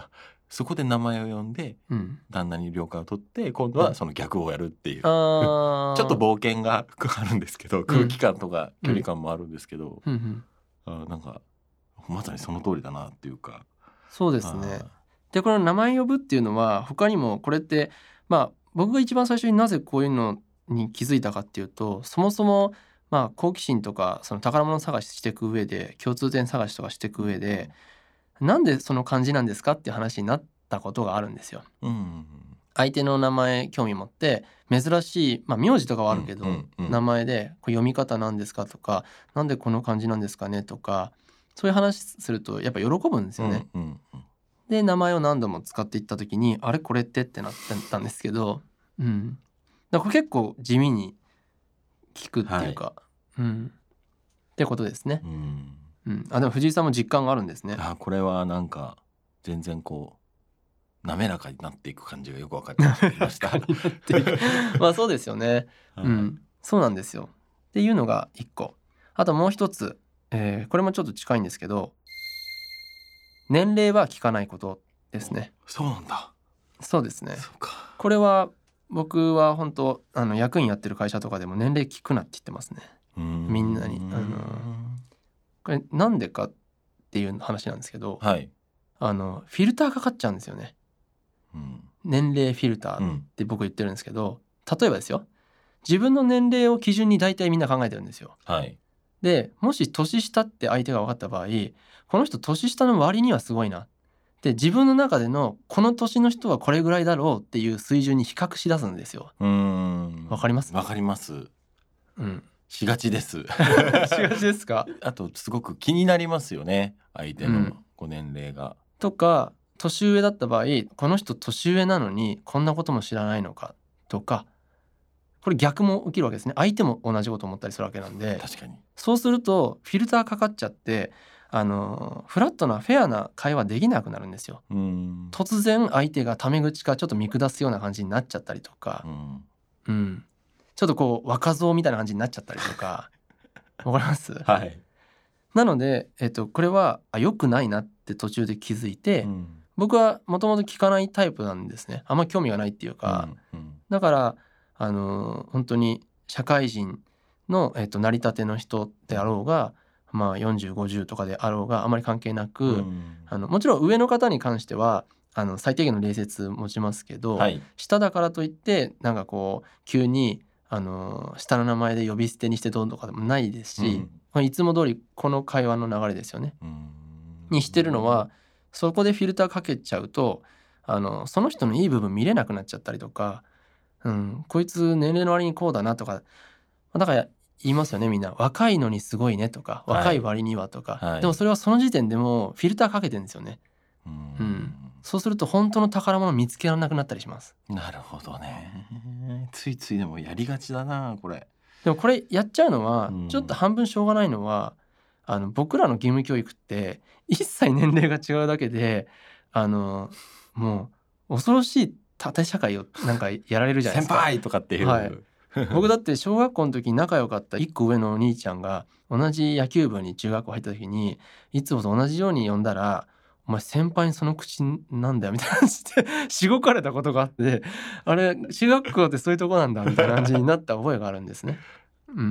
そこで名前を呼んでうん、 旦那に了解を取って今度はその逆をやるっていう、 あちょっと冒険があるんですけど空気感とか距離感もあるんですけど、 うんうん、 あなんかまさにその通りだなっていうか。 そうですね。でこの名前呼ぶっていうのは他にもこれってまあ僕が一番最初になぜこういうのに気づいたかっていうと、そもそもまあ好奇心とかその宝物探ししていく上で共通点探しとかしていく上で、なんでその漢字なんですかっていう話になったことがあるんですよ。 うんうん相手の名前興味持って珍しい、まあ、名字とかはあるけど、 うんうんうん名前でこれ読み方なんですかとか、なんでこの漢字なんですかねとか、そういう話するとやっぱ喜ぶんですよね。 うんうんうんで名前を何度も使っていった時にあれこれってってなったんですけど、うん、だからこれ結構地味に聞くっていうか、うん、ってことですね。 うんうん、あでも藤井さんも実感があるんですね。 あこれはなんか全然こう滑らかになっていく感じがよく分かってきました。 まあそうですよね。 はいうん、そうなんですよ。っていうのが一個。あともう一つ、えーこれもちょっと近いんですけど、年齢は聞かないことですね。 そうなんだ。 そうですね。 そうか。 これは僕は本当あの役員やってる会社とかでも年齢聞くなって言ってますね。みんなにあのこれなんでかっていう話なんですけど、 はい、 あのフィルターかかっちゃうんですよね。 うん年齢フィルターっうんて僕言ってるんですけど、例えばですよ、自分の年齢を基準に大体みんな考えてるんですよ。 はいでもし年下って相手が分かった場合、この人年下の割にはすごいなで、自分の中でのこの年の人はこれぐらいだろうっていう水準に比較し出すんですよ。 うーんわかりますわかりますうんしがちですしがちですかあとすごく気になりますよね相手のうんご年齢が、 とか年上だった場合、この人年上なのにこんなことも知らないのかとか、これ逆も起きるわけですね。相手も同じこと思ったりするわけなんで、 確かにそうするとフィルターかかっちゃってあのフラットなフェアな会話できなくなるんですよ。 うーん突然相手がタメ口かちょっと見下すような感じになっちゃったりとかう、んうん、ちょっとこう若造みたいな感じになっちゃったりとかわかりますはい、 なので、えっと、これはあ良くないなって途中で気づいて、 うん僕はもともと聞かないタイプなんですね。あんま興味がないっていうか、 うんうんだからあの本当に社会人の、えっと、成り立ての人であろうが、まあ、よんじゅう、ごじゅうとかであろうがあまり関係なく、 うんあのもちろん上の方に関してはあの最低限の礼節持ちますけど、 はい下だからといってなんかこう急にあの下の名前で呼び捨てにしてどうとかでもないですし、まあいつも通りこの会話の流れですよね。 うんにしてるのはそこでフィルターかけちゃうとあのその人のいい部分見れなくなっちゃったりとか、うん、こいつ年齢の割にこうだなとか、だから言いますよねみんな。若いのにすごいねとか、 はい若い割にはとか、 はいでもそれはその時点でもうフィルターかけてるんですよね。 ううんん、そうすると本当の宝物見つけられなくなったりします。 なるほどね。ついついでもやりがちだなこれ。 でもこれやっちゃうのは、 うんちょっと半分しょうがないのはあの僕らの義務教育って一切年齢が違うだけであのもう恐ろしい縦社会をなんかやられるじゃないで先すか。 輩とかっていう、 はい僕だって小学校の時に仲良かったいっこ上のお兄ちゃんが同じ野球部に中学校入った時にいつもと同じように呼んだら「お前先輩にその口なんだよ」みたいな感じでしごかれたことがあって、あれ中学校ってそういうとこなんだみたいな感じになった覚えがあるんですね。うん、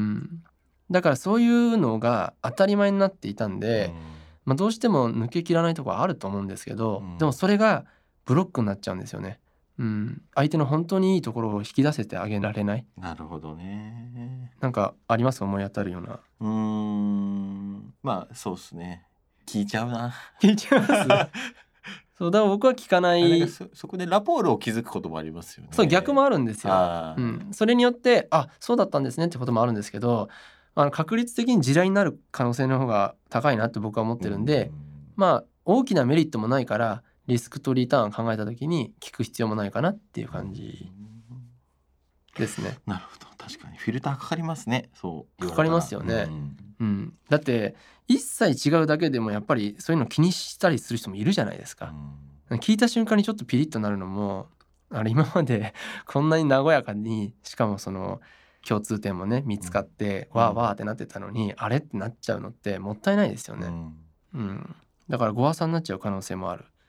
だからそういうのが当たり前になっていたんで、まあ、どうしても抜けきらないところはあると思うんですけど、 うんでもそれがブロックになっちゃうんですよね。うん、相手の本当にいいところを引き出せてあげられない。 なるほどね。 なんかあります思い当たるような。 うーんまあそうですね聞いちゃうな。 聞いちゃいますそうだから僕は聞かなあなんい。 か そ, そこでラポールを築くこともありますよね。 そう逆もあるんですよ。 あーうん、それによってあそうだったんですねってこともあるんですけど、あの確率的に地雷になる可能性の方が高いなって僕は思ってるんで、まあ大きなメリットもないからリスクとリターンを考えた時に聞く必要もないかなっていう感じですね。 なるほど確かにフィルターかかりますね。そうかかりますよねうんうん、だって一切違うだけでもやっぱりそういうの気にしたりする人もいるじゃないですか。聞いた瞬間にちょっとピリッとなるのもあれ今までこんなに和やかにしかもその共通点もね見つかって、うん、わーわーってなってたのにあれってなっちゃうのってもったいないですよね。 うんうん、だからごわさになっちゃう可能性もある。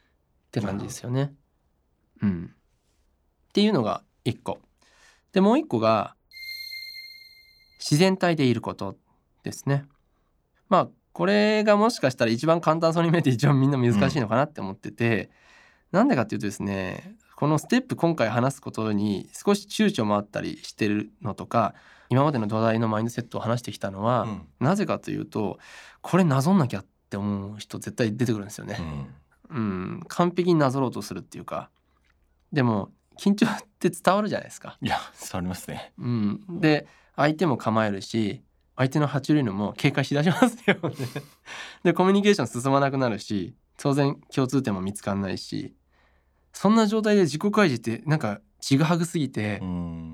って感じですよね。うん、っていうのがいっこで、もういっこが自然体でいることですね。まあこれがもしかしたら一番簡単そうに見えて一番みんな難しいのかなって思ってて、うん、なんでかっていうとですね、このステップ今回話すことに少し躊躇もあったりしてるのとか、今までの土台のマインドセットを話してきたのは、うん、なぜかというと、これなぞんなきゃって思う人絶対出てくるんですよね、うんうん、完璧になぞろうとするっていうか。でも緊張って伝わるじゃないですか。 いや伝わりますね、 うん、で相手も構えるし、相手の爬虫類のも警戒しだしますよねでコミュニケーション進まなくなるし、当然共通点も見つかんないし、そんな状態で自己開示ってなんかちぐはぐすぎて、うん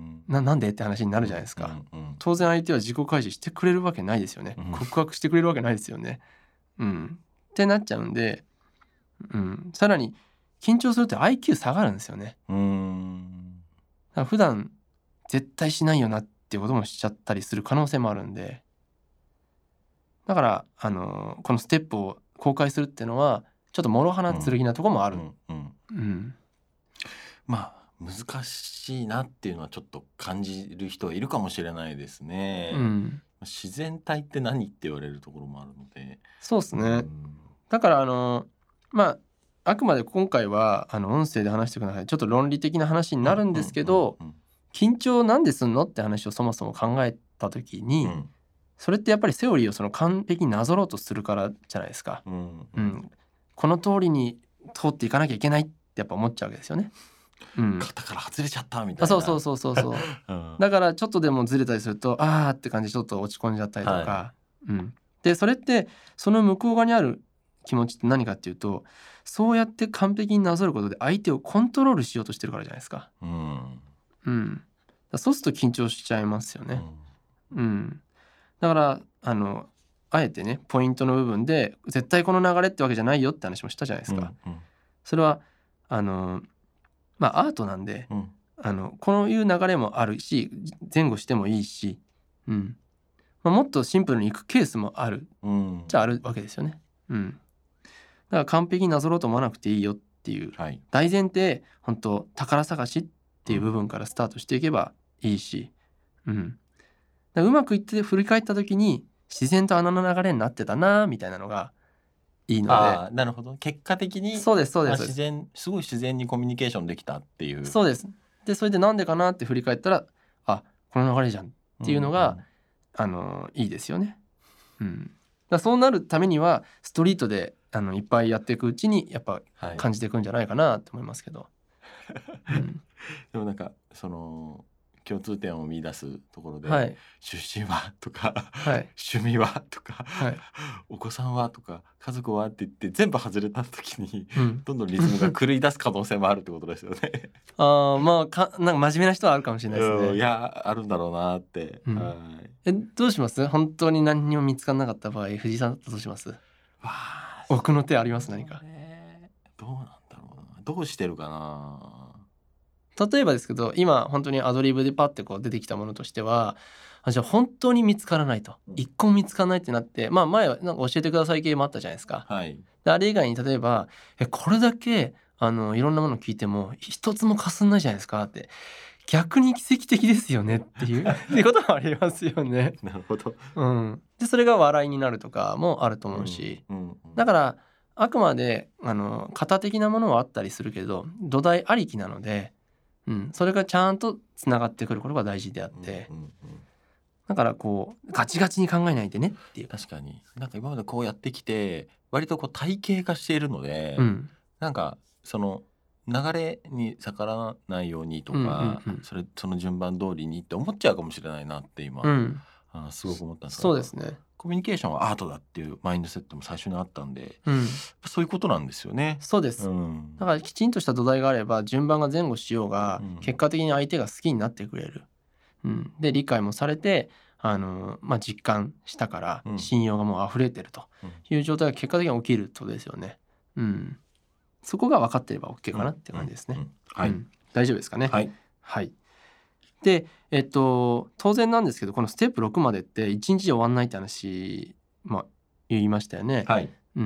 な, なんでって話になるじゃないですか、うんうんうん、当然相手は自己開示してくれるわけないですよね、うん、告白してくれるわけないですよね、うん、ってなっちゃうんで、うん、さらに緊張すると アイキュー 下がるんですよね。うーん、だから普段絶対しないよなっていうこともしちゃったりする可能性もあるんで、だからあのこのステップを公開するっていうのはちょっと諸刃剣なところもある、うんうんうんうん、 まあ難しいなっていうのはちょっと感じる人はいるかもしれないですね、うん、自然体って何って言われるところもあるので。 そうですね、うん、だからあのまああくまで今回はあの音声で話してください、ちょっと論理的な話になるんですけど、うんうんうんうん、緊張なんですんのって話をそもそも考えた時に、うん、それってやっぱりセオリーをその完璧になぞろうとするからじゃないですか、うんうん、この通りに通っていかなきゃいけないってやっぱ思っちゃうわけですよね、 うん、肩から外れちゃったみたいな。 そうそうそうそうそう、うん、だからちょっとでもずれたりするとあーって感じでちょっと落ち込んじゃったりとか、はい、うん、でそれってその向こう側にある気持ちって何かっていうと、そうやって完璧になぞることで相手をコントロールしようとしてるからじゃないですか、うんうん、だそうすると緊張しちゃいますよね、うんうん、だからあのあえてねポイントの部分で絶対この流れってわけじゃないよって話もしたじゃないですか、うんうん、それはあのまあアートなんで、うん、あのこういう流れもあるし前後してもいいし、うんまあ、もっとシンプルにいくケースもある、うん、じゃああるわけですよね、うん、だから完璧になぞろうと思わなくていいよっていう、はい、大前提本当宝探しっていう部分からスタートしていけばいいし、うん、だからうまくいって振り返った時に自然と穴の流れになってたなみたいなのがいいので。 あ、なるほど、結果的にそうですそうです、 自然すごい自然にコミュニケーションできたっていう。 そうです。でそれでなんでかなって振り返ったらあこの流れじゃんっていうのが、うんうん、あのいいですよね、うん、だそうなるためにはストリートであのいっぱいやっていくうちにやっぱ感じていくんじゃないかなと思いますけど、 はいうん、でもなんかその共通点を見出すところで、 はい、 出身はとか、 はい、 趣味はとか、 はい、 お子さんはとか家族はって言って全部外れた時に、うん、どんどんリズムが狂い出す可能性もあるってことですよねあまあかなんか真面目な人はあるかもしれないですね、 うん、いやあるんだろうなって、うん、はいえどうします？本当に何にも見つからなかった場合、藤井さんだとどうします？わ奥の手あります？何かどうなんだろうな、どうしてるかな。 例えばですけど今本当にアドリブでパッてこう出てきたものとしては、あじゃあ本当に見つからないと、一個も見つからないってなって、まあ前はなんか教えてください系もあったじゃないですか、はい、であれ以外に例えばえこれだけあのいろんなものを聞いても一つもかすんないじゃないですかって、逆に奇跡的ですよねっていうってこともありますよねなるほど、 うん、でそれが笑いになるとかもあると思うし、うんうんうん、だからあくまであの型的なものはあったりするけど土台ありきなので、うん、それがちゃんとつながってくることが大事であって、うんうんうん、だからこうガチガチに考えないでねっていう。 確かになんか今までこうやってきて割とこう体系化しているので、うん、なんかその流れに逆らわないようにとか、うんうんうん、それその順番通りにって思っちゃうかもしれないなって今、うん、あすごく思ったんですけど、 そうですね、 コミュニケーションはアートだっていうマインドセットも最初にあったんで、うん、そういうことなんですよね。 そうです、うん、だからきちんとした土台があれば順番が前後しようが、うん、結果的に相手が好きになってくれる、うん、で理解もされてあの、まあ、実感したから信用がもう溢れてるという状態が結果的に起きるってことですよね、うん、そこが分かっていれば OK かなっていう感じですね、うんうんうん、はい、うん、大丈夫ですかね。はい、はい、でえっと当然なんですけどこのステップろくまでっていちにちで終わんないって話、まあ、言いましたよね、はい、うん、だ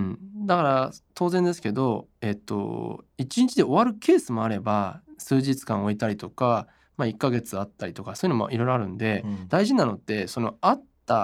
だから当然ですけど、えっと、いちにちで終わるケースもあれば数日間置いたりとか、まあ、いっかげつあったりとかそういうのもいろいろあるんで、 うん、 大事なのってその会った、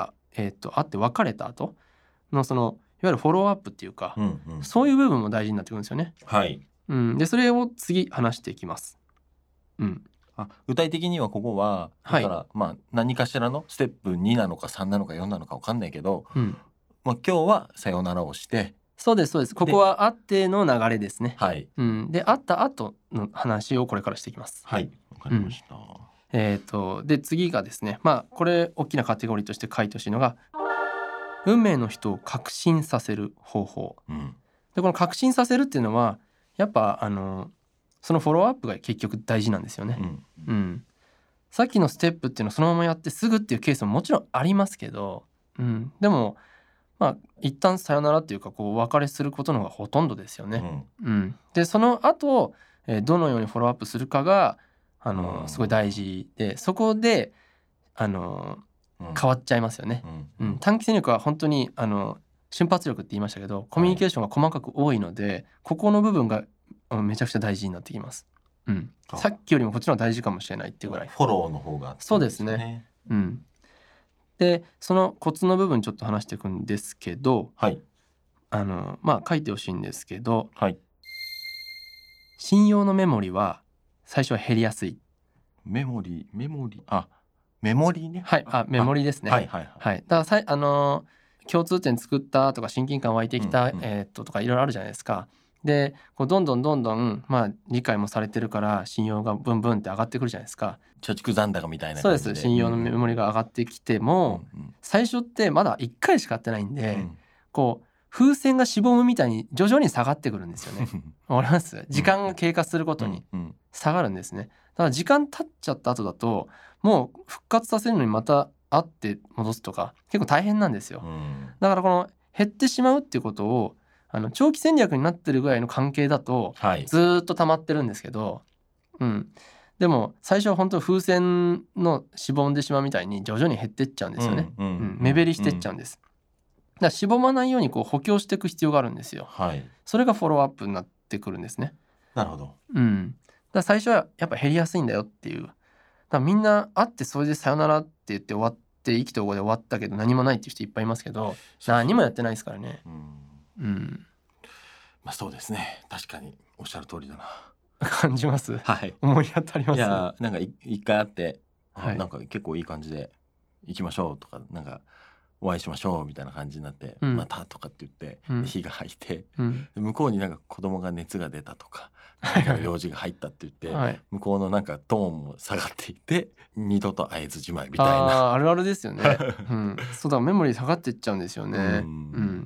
えっと、会って別れた後のそのいわゆるフォローアップっていうか、 うんうん、 そういう部分も大事になってくるんですよね。 はい、 うん、でそれを次話していきます。うん、 あ具体的にはここはだから、はい、まあ、何かしらのステップになのかさんなのかよんなのか分かんないけど、 うんまあ、今日はさよならをしてそうですそうです。ここは会っての流れですね。 はい、 うん、で会った後の話をこれからしていきます。 はいわかりました、うん、 えーとで次がですね、まあこれ大きなカテゴリーとして書いてほしいのが運命の人を確信させる方法、 うん、 でこの確信させるっていうのはやっぱあのそのフォローアップが結局大事なんですよね、 うんうん、さっきのステップっていうのをそのままやってすぐっていうケースももちろんありますけど、うん、でもまあ一旦さよならっていうかこうお別れすることの方がほとんどですよね、うんうん、でその後、えー、どのようにフォローアップするかがあのすごい大事で、そこであの変わっちゃいますよね、うんうん、短期戦略は本当にあの瞬発力って言いましたけどコミュニケーションが細かく多いので、はい、ここの部分がめちゃくちゃ大事になってきます、うん、さっきよりもこっちの方が大事かもしれないっていうぐらいフォローの方が、ね、 そうですね、うん、でそのコツの部分ちょっと話していくんですけど、 はい、 あのまあ書いてほしいんですけど、 はい、 信用のメモリは最初は減りやすい。 メモリメモリあメモリねはいあメモリですね、 はいはいはい、 はい、だからさいあのー、共通点作ったとか親近感湧いてきた、 うんうん、 えー、っととかいろいろあるじゃないですか。でこうどんどんどんどん、まあ、理解もされてるから信用がブンブンって上がってくるじゃないですか。 貯蓄残高みたいな感じでそうです。信用のメモリが上がってきても、うんうん、最初ってまだいっかいしか会ってないんで、うん、こう風船がしぼむみたいに徐々に下がってくるんですよね。わかります？時間が経過するごとに下がるんですね。だから時間経っちゃった後だともう復活させるのにまた会って戻すとか結構大変なんですよ、うん、だからこの減ってしまうっていうことをあの長期戦略になってるぐらいの関係だとずっと溜まってるんですけど、はい、うん、でも最初は本当風船のしぼんでしまうみたいに徐々に減ってっちゃうんですよね、うんうんうん、目減りしてっちゃうんです、だからしぼまないようにこう補強していく必要があるんですよ、はい、それがフォローアップになってくるんですね。 なるほど、 うん、だから最初はやっぱ減りやすいんだよっていう、だからみんな会ってそれでさよならって言って終わって意気投合で終わったけど何もないっていう人いっぱいいますけど、何もやってないですからね。うん、うん、 まあそうですね、確かにおっしゃる通りだな感じます。 はい、 思い当たります。 いやなんか一回会って、 はい、 なんか結構いい感じで行きましょうとかなんかお会いしましょうみたいな感じになって、うん、またとかって言って、うん、日が入って、うん、向こうになんか子供が熱が出たとか用事が入ったって言って、はい、向こうのなんかトーンも下がっていて二度と会えずじまいみたいなあ, あるあるですよね、うん、そうだメモリー下がっていっちゃうんですよね、うんうん、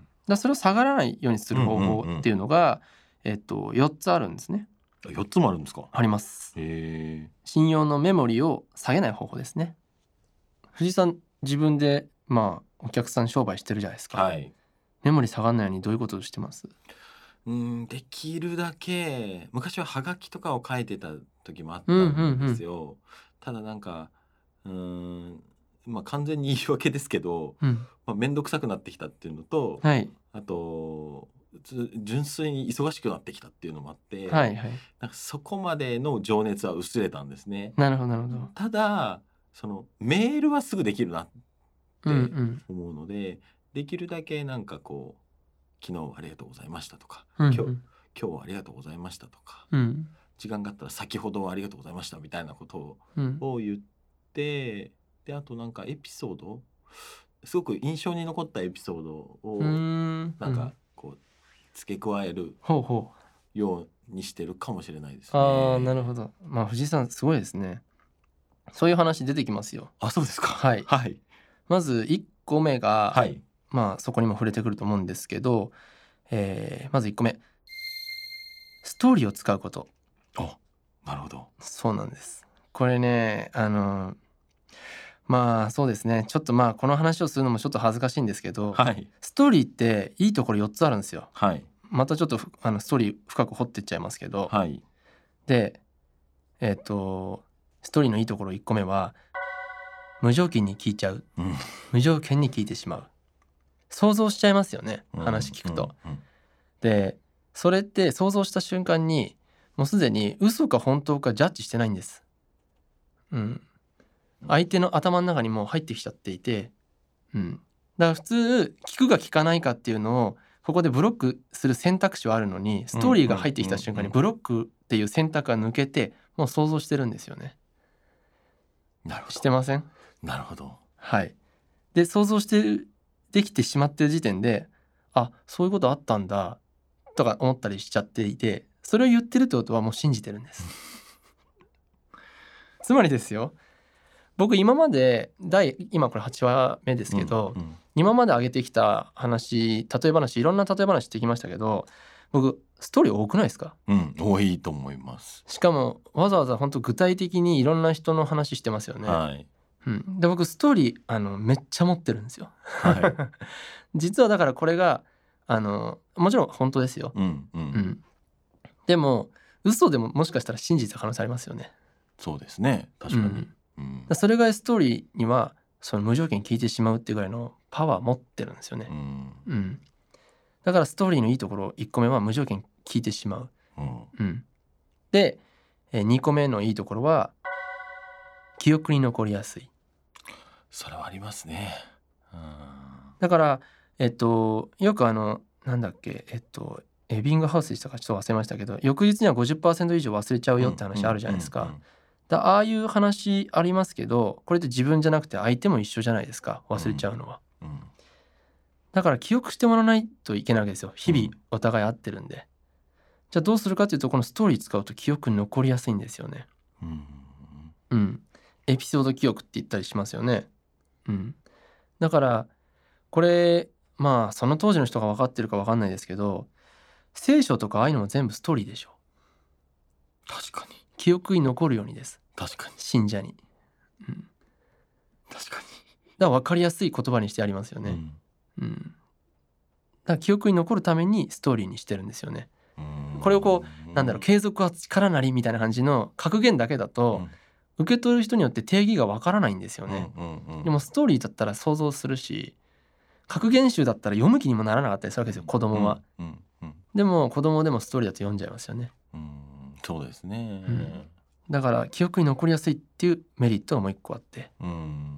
だそれを下がらないようにする方法っていうのが、うんうんうん、えっと、よっつあるんですね。 よっつもあるんですか？ あります。へー、信用のメモリーを下げない方法ですね。藤井さん自分でまあお客さん商売してるじゃないですか、はい、メモリ下がんないようにどういうことをしてます？ うん、できるだけ昔はハガキとかを書いてた時もあったんですよ、うんうんうん、ただなんかうーん、まあ、完全に言い訳ですけど、うんまあ、めんどくさくなってきたっていうのと、はい、あと純粋に忙しくなってきたっていうのもあって、はいはい、なんかそこまでの情熱は薄れたんですね。 なるほどなるほど。 ただそのメールはすぐできるなって思うので、うんうん、できるだけなんかこう昨日ありがとうございましたとか、うんうん、今日今日はありがとうございましたとか、うん、時間があったら先ほどはありがとうございましたみたいなことを、うん、を言って、であとなんかエピソードすごく印象に残ったエピソードをなんかこう付け加えるようにしてるかもしれないですね。 ああ、なるほど。まあ藤井さんすごいですね。そういう話出てきますよ。 あ、そうですか。 はい、はい、まずいっこめが、はい、まあそこにも触れてくると思うんですけど、えー、まずいっこめストーリーを使うこと。 あ、なるほど。 そうなんです。これね、あのまあそうですね、ちょっとまあこの話をするのもちょっと恥ずかしいんですけど、はい、ストーリーっていいところよっつあるんですよ、はい、またちょっとあのストーリー深く掘っていっちゃいますけど、はい、でえっとストーリーのいいところいっこめは無条件に聞いちゃう、うん、無条件に聞いてしまう。想像しちゃいますよね、話聞くと、うんうんうん、 でそれって想像した瞬間にもうすでに嘘か本当かジャッジしてないんです。うん、相手の頭の中にもう入ってきちゃっていて、うん、だから普通聞くか聞かないかっていうのをここでブロックする選択肢はあるのに、ストーリーが入ってきた瞬間にブロックっていう選択が抜けてもう想像してるんですよね。 なるほど。 してません？ なるほど。 はい。で想像してるできてしまってる時点で、あ、そういうことあったんだとか思ったりしちゃっていて、それを言ってるってことはもう信じてるんですつまりですよ、僕今まで第今これはちわめですけど、 うんうん、 今まで上げてきた話、例え話、いろんな例え話してきましたけど、僕ストーリー多くないですか？ うん、多いと思います。 しかもわざわざ本当具体的にいろんな人の話してますよね。 はい、 うん、で僕ストーリーあのめっちゃ持ってるんですよ、 はい、 実はだからこれがあのもちろん本当ですよ、 うんうんうん、でも嘘でももしかしたら信じた可能性ありますよね。 そうですね、確かに、 うんうん、 それぐらいストーリーにはその無条件聞いてしまうっていうぐらいのパワー持ってるんですよね、 うんうん、だからストーリーのいいところいっこめは無条件聞いてしまう、 うんうん、でにこめのいいところは記憶に残りやすい。 それはありますね、うん、 だからえっとよくあのなんだっけえっとエビングハウスでしたかちょっと忘れましたけど、翌日には ごじゅっパーセント 以上忘れちゃうよって話あるじゃないですか、 うんうんうんうん、 だああいう話ありますけど、これって自分じゃなくて相手も一緒じゃないですか、忘れちゃうのは、 うんうん、 だから記憶してもらわないといけないわけですよ。日々お互い会ってるんで、うん、じゃあどうするかというとこのストーリー使うと記憶に残りやすいんですよね、 うんうん、エピソード記憶って言ったりしますよね、うん、だからこれまあその当時の人が分かってるか分かんないですけど、聖書とかああいうのも全部ストーリーでしょ。 確かに記憶に残るようにです。 確かに信者に、うん、 確かにだから分かりやすい言葉にしてありますよね、うんうん、だから記憶に残るためにストーリーにしてるんですよね。これをこうなんだろう継続は力なりみたいな感じの格言だけだと、うん、受け取る人によって定義が分からないんですよね、うんうんうん、でもストーリーだったら想像するし、格言集だったら読む気にもならなかったりするわけですよ子供は、うんうんうん、でも子供でもストーリーだと読んじゃいますよね、 うん、そうですね、 うん、だから記憶に残りやすいっていうメリットがもう一個あって、うん、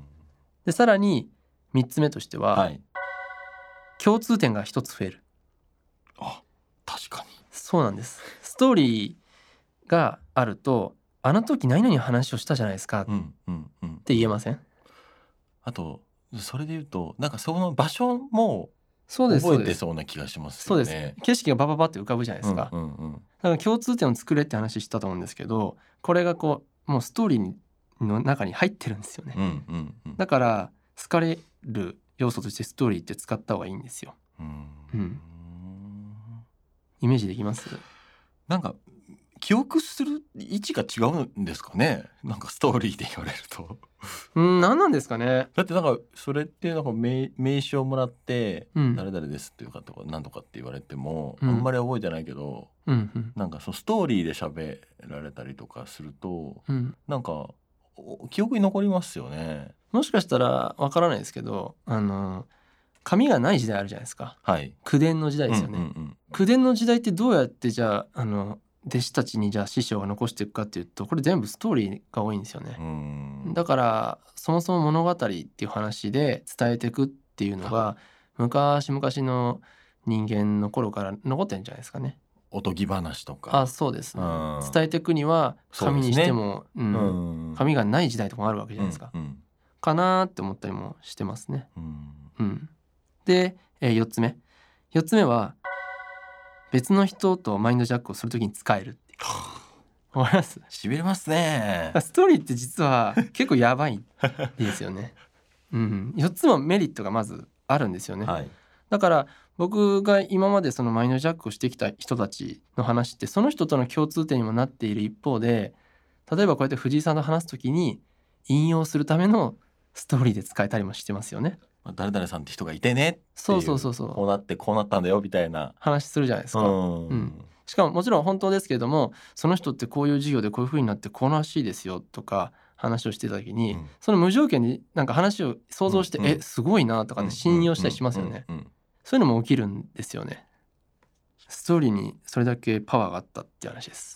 でさらにみっつめとしては、はい、共通点が一つ増える。 あ、確かにそうなんです。ストーリーがあるとあの時何々話をしたじゃないですかって言えません？ あとそれで言うとなんかその場所もそうです覚えてそうな気がしますよね。 そうです。景色がバババって浮かぶじゃないですか、うんうんうん、だから共通点を作れって話したと思うんですけど、これがこうもうストーリーの中に入ってるんですよね、うんうんうん、だから好かれる要素としてストーリーって使った方がいいんですよ、うんうん、イメージできます？ なんか記憶する位置が違うんですかね、なんかストーリーで言われるとうん、何なんですかね。 だってなんかそれってなんか 名, 名刺をもらって、うん、誰々ですっていうかとか何とかって言われても、うん、あんまり覚えてないけど、うんうん、なんかそのストーリーで喋られたりとかすると、うん、なんか記憶に残りますよね。 もしかしたらわからないですけど、あの紙がない時代あるじゃないですか、はい、口伝の時代ですよね、うんうんうん、口伝の時代ってどうやってじゃあ、あの弟子たちにじゃあ師匠が残していくかっていうと、これ全部ストーリーが多いんですよね。うんだからそもそも物語っていう話で伝えていくっていうのが昔々の人間の頃から残ってるんじゃないですかね。 おとぎ話とか。 あ、そうですね。伝えていくには紙にしても、う、ね、うんうん、紙がない時代とかもあるわけじゃないですか、うんうん、かなって思ったりもしてますね、うんうん、で、えー、よっつめよっつめは別の人とマインドジャックをするときに使えるってわかります？ しびれますね。 ストーリーって実は結構やばいですよね、うん、よっつもメリットがまずあるんですよね、はい、だから僕が今までそのマインドジャックをしてきた人たちの話ってその人との共通点にもなっている一方で、例えばこうやって藤井さんと話すときに引用するためのストーリーで使えたりもしてますよね。 誰々さんって人がいてねっていう、 そうそうそうそう、 こうなってこうなったんだよみたいな話するじゃないですか、うんうん、しかももちろん本当ですけれども、その人ってこういう授業でこういう風になってこうらしいですよとか話をしてた時に、うん、その無条件になんか話を想像して、うんうん、えすごいなとかって信用したりしますよね、うんうんうんうん、そういうのも起きるんですよね。スストーリーにそれだけパワーがあったっていう話です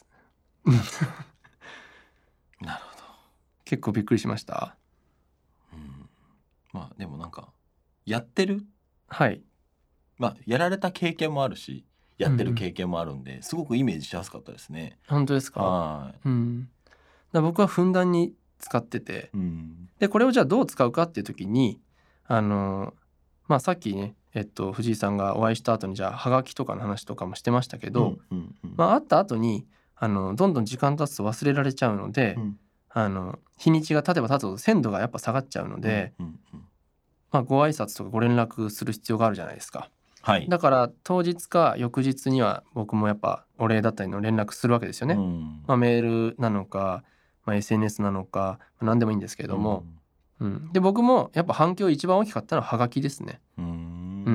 なるほど。 結構びっくりしました。 うん、まあでもなんかやってる、 はい。 まあやられた経験もあるしやってる経験もあるんで、うんうん、すごくイメージしやすかったですね。 本当ですか？ はい、 うん、だ僕はふんだんに使ってて、 うん、 でこれをじゃあどう使うかっていう時にあのまあさっきねえっと藤井さんがお会いした後にじゃあハガキとかの話とかもしてましたけど、 うんうんうん、 まあ会った後にあのどんどん時間経つと忘れられちゃうので、うん、あの日にちが経てば経つほど鮮度がやっぱ下がっちゃうので、うんうんうん、まあ、ご挨拶とかご連絡する必要があるじゃないですか。 はい、 だから当日か翌日には僕もやっぱお礼だったりの連絡するわけですよね。うん、まあ、メールなのか、まあ、エスエヌエス なのか、まあ、何でもいいんですけれども、うんうん、で僕もやっぱ反響一番大きかったのはハガキですね。うん、うん、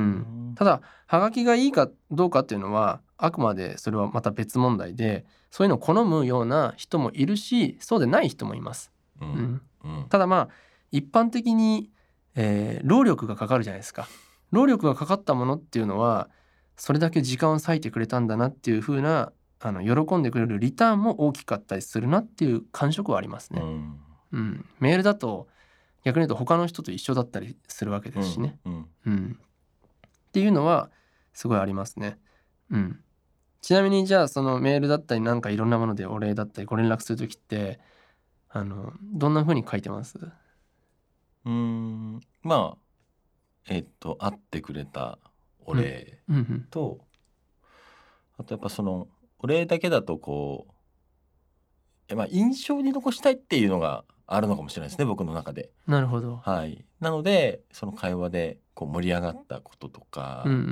ただハガキがいいかどうかっていうのはあくまでそれはまた別問題で、そういうのを好むような人もいるしそうでない人もいます。うんうん、ただまあ一般的に、えー、労力がかかるじゃないですか。労力がかかったものっていうのはそれだけ時間を割いてくれたんだなっていう風なあの喜んでくれるリターンも大きかったりするなっていう感触はありますね。うんうん、メールだと逆に言うと他の人と一緒だったりするわけですしね、うんうん、っていうのはすごいありますね。うん、ちなみにじゃあそのメールだったりなんかいろんなものでお礼だったりご連絡するときってあのどんな風に書いてます？ うーんまあえっと会ってくれたお礼と、うんうんうん、あとやっぱそのお礼だけだとこうえ、まあ、印象に残したいっていうのがあるのかもしれないですね、僕の中で。 なるほど。 はい、なのでその会話でこう盛り上がったこととか、うんうんうん、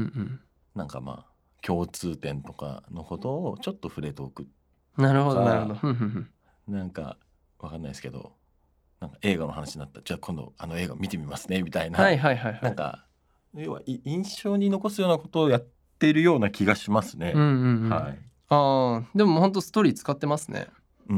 なんかまあ共通点とかのことをちょっと触れておく。 なるほどなるほどなんかわかんないですけどなんか映画の話になったらじゃあ今度あの映画見てみますねみたいな、はいはいはいはい、なんか要は印象に残すようなことをやってるような気がしますね。うんうんうん、はい、 あでも本当ストーリー使ってますね。 うん、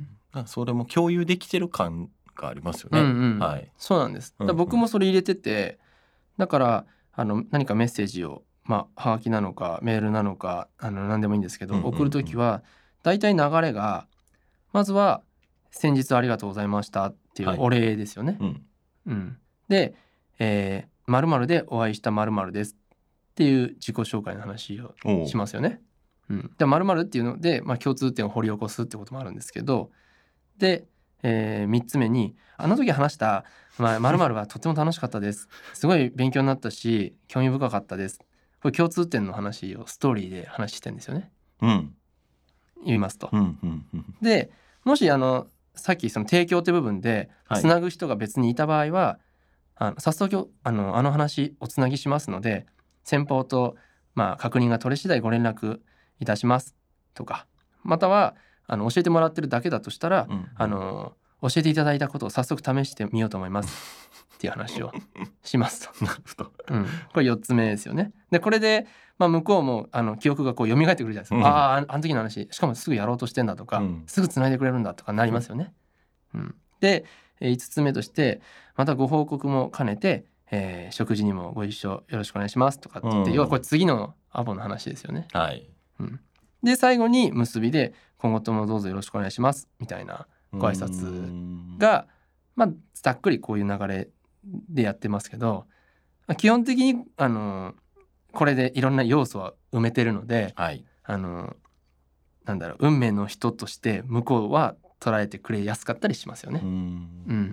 うん、それも共有できてる感がありますよね。うんうん、はい、 そうなんです。だ僕もそれ入れてて、だからあの何かメッセージをまあはがきなのかメールなのかあの何でもいいんですけど、うんうんうん、送るときはだいたい流れがまずは先日ありがとうございましたっていうお礼ですよね。はい、うんうん、で、えー、〇〇でお会いした〇〇ですっていう自己紹介の話をしますよね。うん、で〇〇っていうので、まあ、共通点を掘り起こすってこともあるんですけど、で、えー、みっつめにあの時話したまあ、〇〇はとても楽しかったです。すごい勉強になったし興味深かったです。これ共通点の話をストーリーで話してるんですよね。うん、言いますと。うんうんうん、でもしあのさっきその提供って部分でつなぐ人が別にいた場合は、はい、あの早速あのあの話おつなぎしますので先方とまあ確認が取れ次第ご連絡いたしますとか、またはあの教えてもらってるだけだとしたら、うんうん、あの教えていただいたことを早速試してみようと思いますっていう話をしますとなるほど、うん、これよっつめですよね。でこれで、まあ、向こうもあの記憶がこう蘇ってくるじゃないですか、うん、あああの時の話しかもすぐやろうとしてんだとか、うん、すぐつないでくれるんだとかなりますよね。うん、でいつつめとしてまたご報告も兼ねて、えー、食事にもご一緒よろしくお願いしますとかって言って、うん、要はこれ次のアポの話ですよね。はい、うん、で最後に結びで今後ともどうぞよろしくお願いしますみたいなご挨拶がまあざっくりこういう流れでやってますけど、基本的にあのこれでいろんな要素は埋めてるので、はい、あのなんだろう運命の人として向こうは捉えてくれやすかったりしますよね。うん、うん、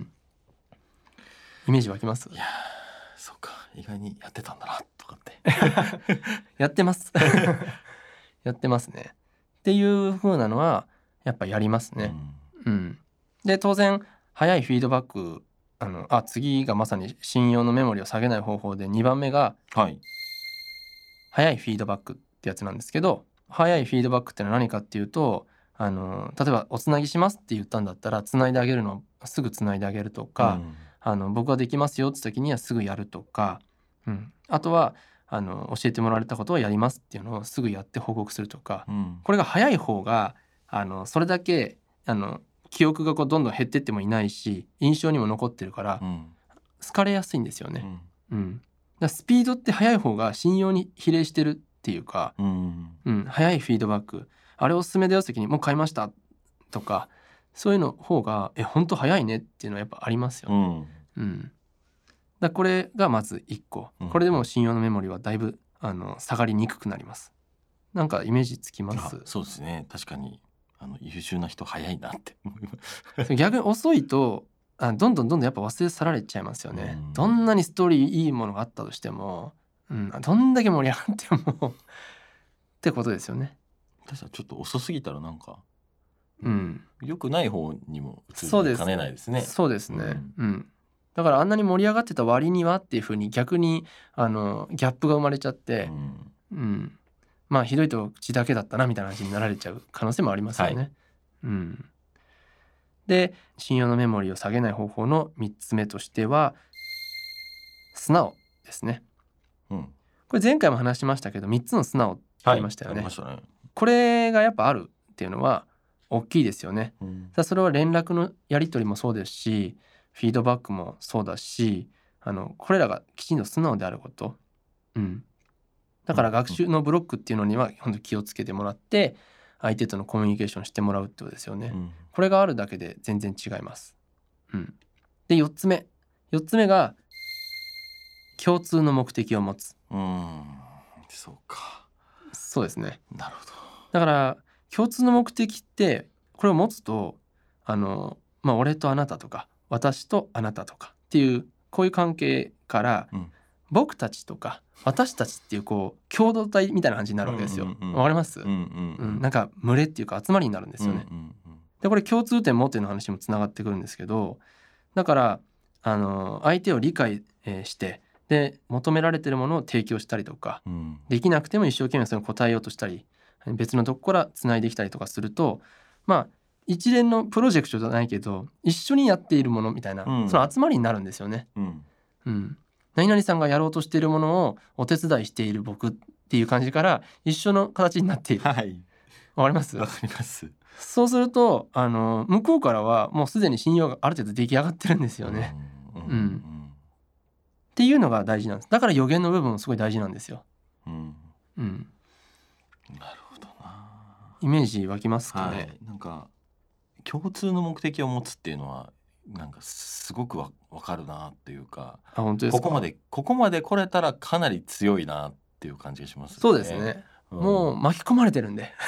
イメージ湧きます？ いやそうか意外にやってたんだなとかってやってますやってますねっていう風なのはやっぱやりますね。うん、うん、で当然早いフィードバックあのあ次がまさに信用のメモリを下げない方法でにばんめが、はい、早いフィードバックってやつなんですけど、早いフィードバックってのは何かっていうとあの例えばおつなぎしますって言ったんだったらつないであげるのをすぐつないであげるとか、うん、あの僕はできますよって時にはすぐやるとか、うん、あとはあの教えてもらわれたことをやりますっていうのをすぐやって報告するとか、うん、これが早い方があのそれだけあの記憶がこうどんどん減ってってもいないし印象にも残ってるから、うん、好かれやすいんですよね。うんうん、だスピードって速い方が信用に比例してるっていうか、 うんうん、早いフィードバック、あれおすすめだよ席にもう買いましたとか、そういうの方がえ本当早いねっていうのはやっぱありますよね。 うんうん、だこれがまずいっこ、 うんこれでも信用のメモリはだいぶあの下がりにくくなります。なんかイメージつきまあす？ そうですね、確かにあの優秀な人早いなって思います。 逆に遅いとあどんどんどんどんやっぱ忘れ去られちゃいますよね。 うんどんなにストーリーいいものがあったとしても、うん、どんだけ盛り上がってもってことですよね。 確かにちょっと遅すぎたらなんかうん良くない方にもそうです移りかねないですね。 そうですね、 ううんんだからあんなに盛り上がってた割にはっていう風に逆にあのギャップが生まれちゃっうて、 んうんまあひどいと口だけだったなみたいな話になられちゃう可能性もありますよね。 はいうん、で信用のメモリーを下げない方法のみっつめとしては素直ですね。 うんこれ前回も話しましたけどみっつの素直って言いましたよね。 ありましたね。 これがやっぱあるっていうのは大きいですよね。 うんさあそれは連絡のやり取りもそうですし、フィードバックもそうだし、あのこれらがきちんと素直であること、うん、だから学習のブロックっていうのには本当に気をつけてもらって相手とのコミュニケーションしてもらうってことですよね。 うんこれがあるだけで全然違います。うん、でよっつめよっつめが共通の目的を持つ。 うんそうか、 そうですね。 なるほど。 だから共通の目的ってこれを持つとあの、まあ、俺とあなたとか私とあなたとかっていうこういう関係からうん僕たちとか私たちっていうこう共同体みたいな感じになるわけですよ。わ、 うんうんうんかります、 うんうんうん、なんか群れっていうか集まりになるんですよね。 うんうんでこれ共通点持っての話もつながってくるんですけど、だからあの相手を理解、えーしてで求められているものを提供したりとか、 うんうんできなくても一生懸命それを答えようとしたり別のとこからつないできたりとかすると、まあ一連のプロジェクトじゃないけど一緒にやっているものみたいな、 うんその集まりになるんですよね。 うんうん、何々さんがやろうとしているものをお手伝いしている僕っていう感じから一緒の形になっている。わかはいりますわかります。 そうするとあの向こうからはもうすでに信用がある程度出来上がってるんですよね。 うんうんっていうのが大事なんです。だから予言の部分もすごい大事なんですよ。 うんうんうん、 なるほどな。 イメージ湧きますかはね。 い、なんか共通の目的を持つっていうのはなんかすごくわわかるなっていうか、 あ本当ですか。 ここまでここまで来れたらかなり強いなっていう感じがしますね。 そうですね。 うんもう巻き込まれてるんで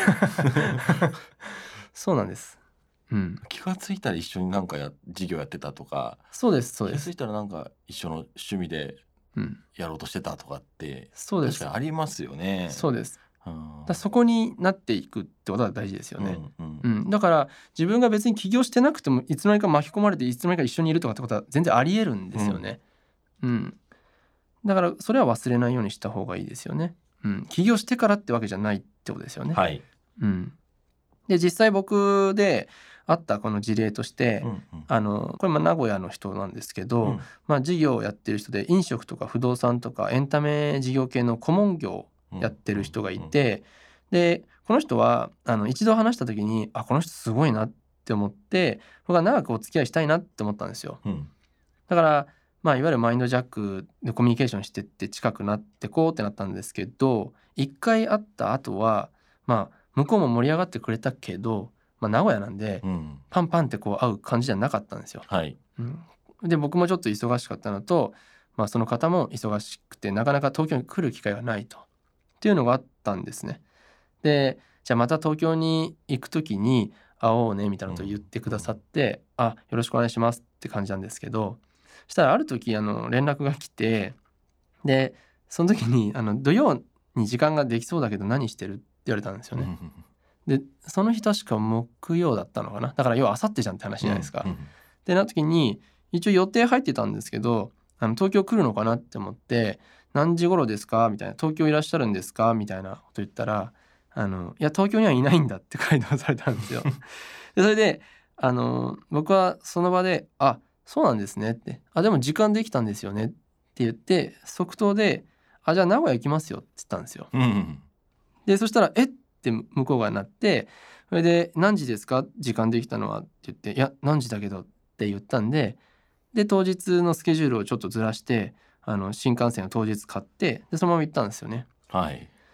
そうなんです。うん、 気がついたら一緒になんかや授業やってたとか、 そうですそう気です。 がついたらなんか一緒の趣味でうん、 やろうとしてたとかってそうです確かにありますよね。 そうです。 うんだからそこになっていくってことは大事ですよね。 うんうん、だから自分が別に起業してなくてもいつの間にか巻き込まれていつの間にか一緒にいるとかってことは全然ありえるんですよね。うんだからそれは忘れないようにした方がいいですよね。うん、起業してからってわけじゃないってことですよね。 はい。 うん、で実際僕であったこの事例として、 うんうんあのこれまあ名古屋の人なんですけど、 うんまあ、事業をやってる人で飲食とか不動産とかエンタメ事業系の顧問業やってる人がいて、でこの人はあの一度話した時にあこの人すごいなって思って僕は長くお付き合いしたいなって思ったんですよ。 うんだからまあいわゆるマインドジャックでコミュニケーションしてって近くなってこうってなったんですけど、一回会った後はまあ向こうも盛り上がってくれたけど、まあ、名古屋なんでうんパンパンってこう会う感じじゃなかったんですよ。 はい。 うんで僕もちょっと忙しかったのと、まあ、その方も忙しくてなかなか東京に来る機会がないとっていうのがあったんですね。でじゃあまた東京に行く時に会おうねみたいなことを言ってくださって、あよろしくお願いしますって感じなんですけど、したらある時あの連絡が来て、でその時にあの土曜に時間ができそうだけど何してるって言われたんですよね。でその日確か木曜だったのかな。だから要は明後日じゃんって話じゃないですか。 うんでな時に一応予定入ってたんですけど、あの東京来るのかなって思って何時頃ですかみたいな、東京いらっしゃるんですかみたいなこと言ったら、あのいや東京にはいないんだって回答されたんですよ。でそれであの僕はその場であそうなんですねって、あでも時間できたんですよねって言って即答であじゃあ名古屋行きますよって言ったんですよ。 うんうんでそしたらえって向こうがなって、それで何時ですか時間できたのはって言って、いや何時だけどって言ったんで、で当日のスケジュールをちょっとずらしてあの新幹線を当日買ってでそのまま行ったんですよね。 はい。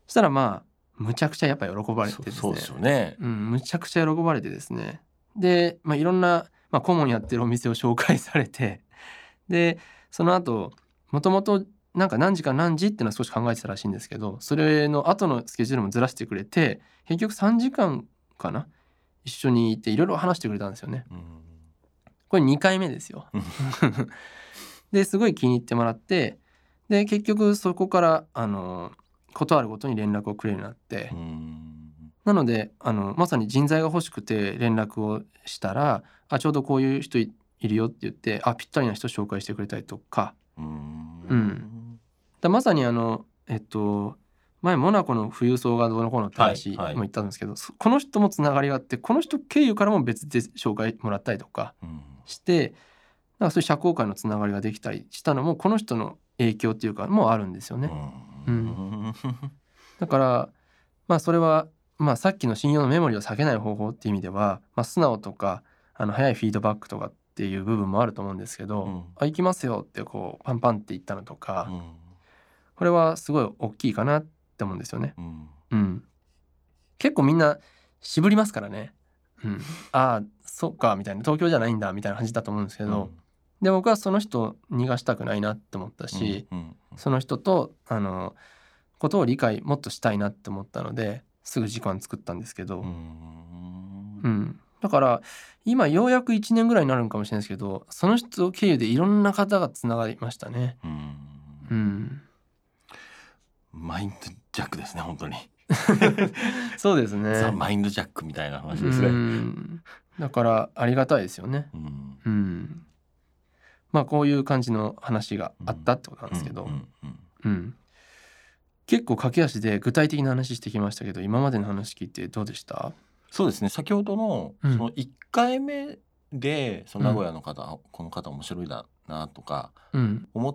そしたらまあむちゃくちゃやっぱ喜ばれてですね、 そうですよね。 うん、むちゃくちゃ喜ばれてですね、で、まあ、いろんな、まあ、顧問やってるお店を紹介されて、でその後もともとなんか何時か何時っていうのは少し考えてたらしいんですけど、それの後のスケジュールもずらしてくれて、結局さんじかんかな一緒にいていろいろ話してくれたんですよね。 うんこれにかいめですよですごい気に入ってもらって、で結局そこからあのことあるごとに連絡をくれるようになって、 うんなのであのまさに人材が欲しくて連絡をしたら、あちょうどこういう人 い, いるよって言って、あぴったりな人紹介してくれたりとか、 うんうんだまさにあのえっと前モナコの富裕層がどうのこうのって話も言ったんですけど、はいはい、この人もつながりがあって、この人経由からも別で紹介もらったりとかして、なんかそういう社交界のつながりができたりしたのもこの人の影響っていうかもうあるんですよね。うん、だからまあそれはまあさっきの信用のメモリを避けない方法っていう意味では、まあ、素直とかあの早いフィードバックとかっていう部分もあると思うんですけど、うん、あ行きますよってこうパンパンって言ったのとか、うん、これはすごい大きいかなって思うんですよね。うんうん、結構みんな渋りますからね、うん、ああそっかみたいな、東京じゃないんだみたいな感じだと思うんですけど、うん、で僕はその人を逃がしたくないなって思ったし、うんうんうん、その人とあのことを理解もっとしたいなって思ったのですぐ時間作ったんですけど、うん、うん、だから今ようやくいちねんぐらいになるのかもしれないですけど、その人経由でいろんな方がつながりましたね。うん、うん、 マインドジャックですね本当にそうですね、 ザ・マインドジャックみたいな話ですね。うん、 だからありがたいですよね。うんうん、まあこういう感じの話があったってことなんですけど、うんうんうんうん、結構駆け足で具体的な話してきましたけど、今までの話聞いてどうでした？ そうですね、先ほどのそのいっかいめでその名古屋の方、うん、この方面白いだなとか思って、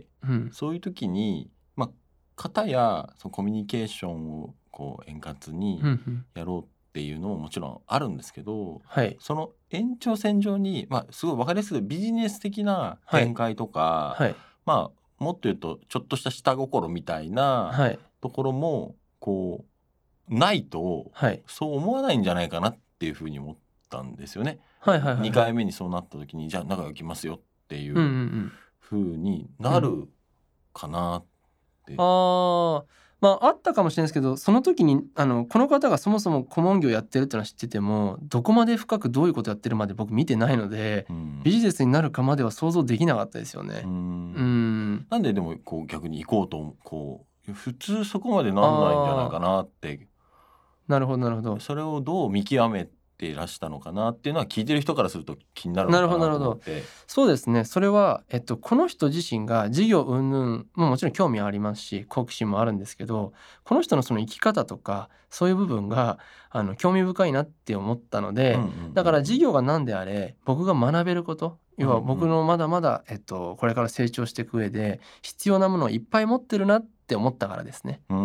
うん、そういう時にまあ方やそのコミュニケーションをこう円滑にやろうっていうのももちろんあるんですけど、はい、その延長線上に、まあ、すごい分かりやすくビジネス的な展開とか、はいはい、まあもっと言うとちょっとした下心みたいなところもこうないと、はい、そう思わないんじゃないかなっていうふうに思ったんですよね。はいはいはいはい、にかいめにそうなった時にじゃあ仲良く行きますよっていうふうになるかなって、うん、 あまああったかもしれないですけど、その時にあのこの方がそもそも顧問業やってるってのは知ってても、どこまで深くどういうことやってるまで僕見てないので、うん、ビジネスになるかまでは想像できなかったですよね。うんうんなんででもこう逆に行こうとこう普通そこまでなんないんじゃないかなって。 なるほどなるほど。 それをどう見極めていらしたのかなっていうのは聞いてる人からすると気になるのかなと思って。なるほどなるほど。 そうですね。それは、えっと、この人自身が事業云々ももちろん興味ありますし好奇心もあるんですけど、この人のその生き方とかそういう部分があの興味深いなって思ったので、うんうんうんうん、だから事業が何であれ僕が学べること、要は僕のまだまだ、えっと、これから成長していく上で必要なものをいっぱい持ってるなって思ったからですね。うん、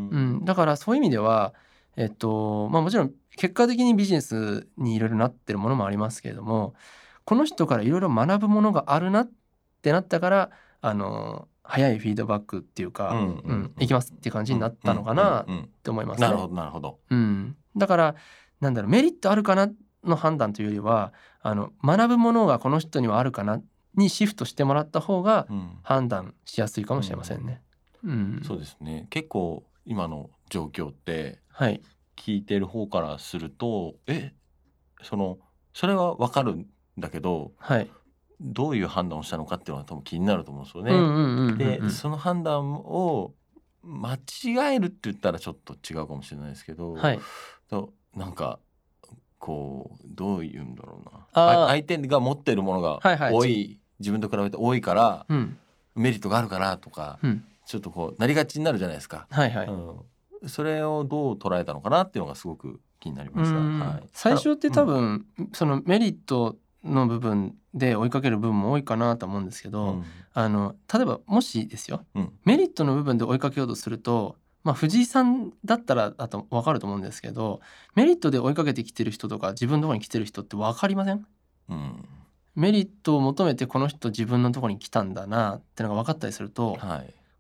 うん、だからそういう意味ではえっとまあ、もちろん結果的にビジネスにいろいろなってるものもありますけれども、この人からいろいろ学ぶものがあるなってなったからあの早いフィードバックっていうか、うんうんうん、いきますっていう感じになったのかなって思いますね。 なるほどなるほど、 うん、だからなんだろうメリットあるかなの判断というよりはあの学ぶものがこの人にはあるかなにシフトしてもらった方が判断しやすいかもしれませんね。 うんうん、そうですね。結構今の状況って聞いてる方からすると、はい、えそのそれは分かるんだけど、はい、どういう判断をしたのかっていうのは多分気になると思うんですよね。うんうんうんうん、でその判断を間違えるって言ったらちょっと違うかもしれないですけど、はい、となんかこうどういうんだろうな、相手が持ってるものが多い、はいはい、自分と比べて多いから、うん、メリットがあるからとか、うん、ちょっとこうなりがちになるじゃないですか。はいはい、うん、それをどう捉えたのかなっていうのがすごく気になりました。はい、 最初って多分、うん、そのメリットの部分で追いかける部分も多いかなと思うんですけど、うん、あの例えばもしですよ、うん、メリットの部分で追いかけようとすると、まあ、藤井さんだったらだと分かると思うんですけど、メリットで追いかけてきてる人とか自分のところに来てる人って分かりません？うん、メリットを求めてこの人自分のところに来たんだなってのが分かったりすると、はい、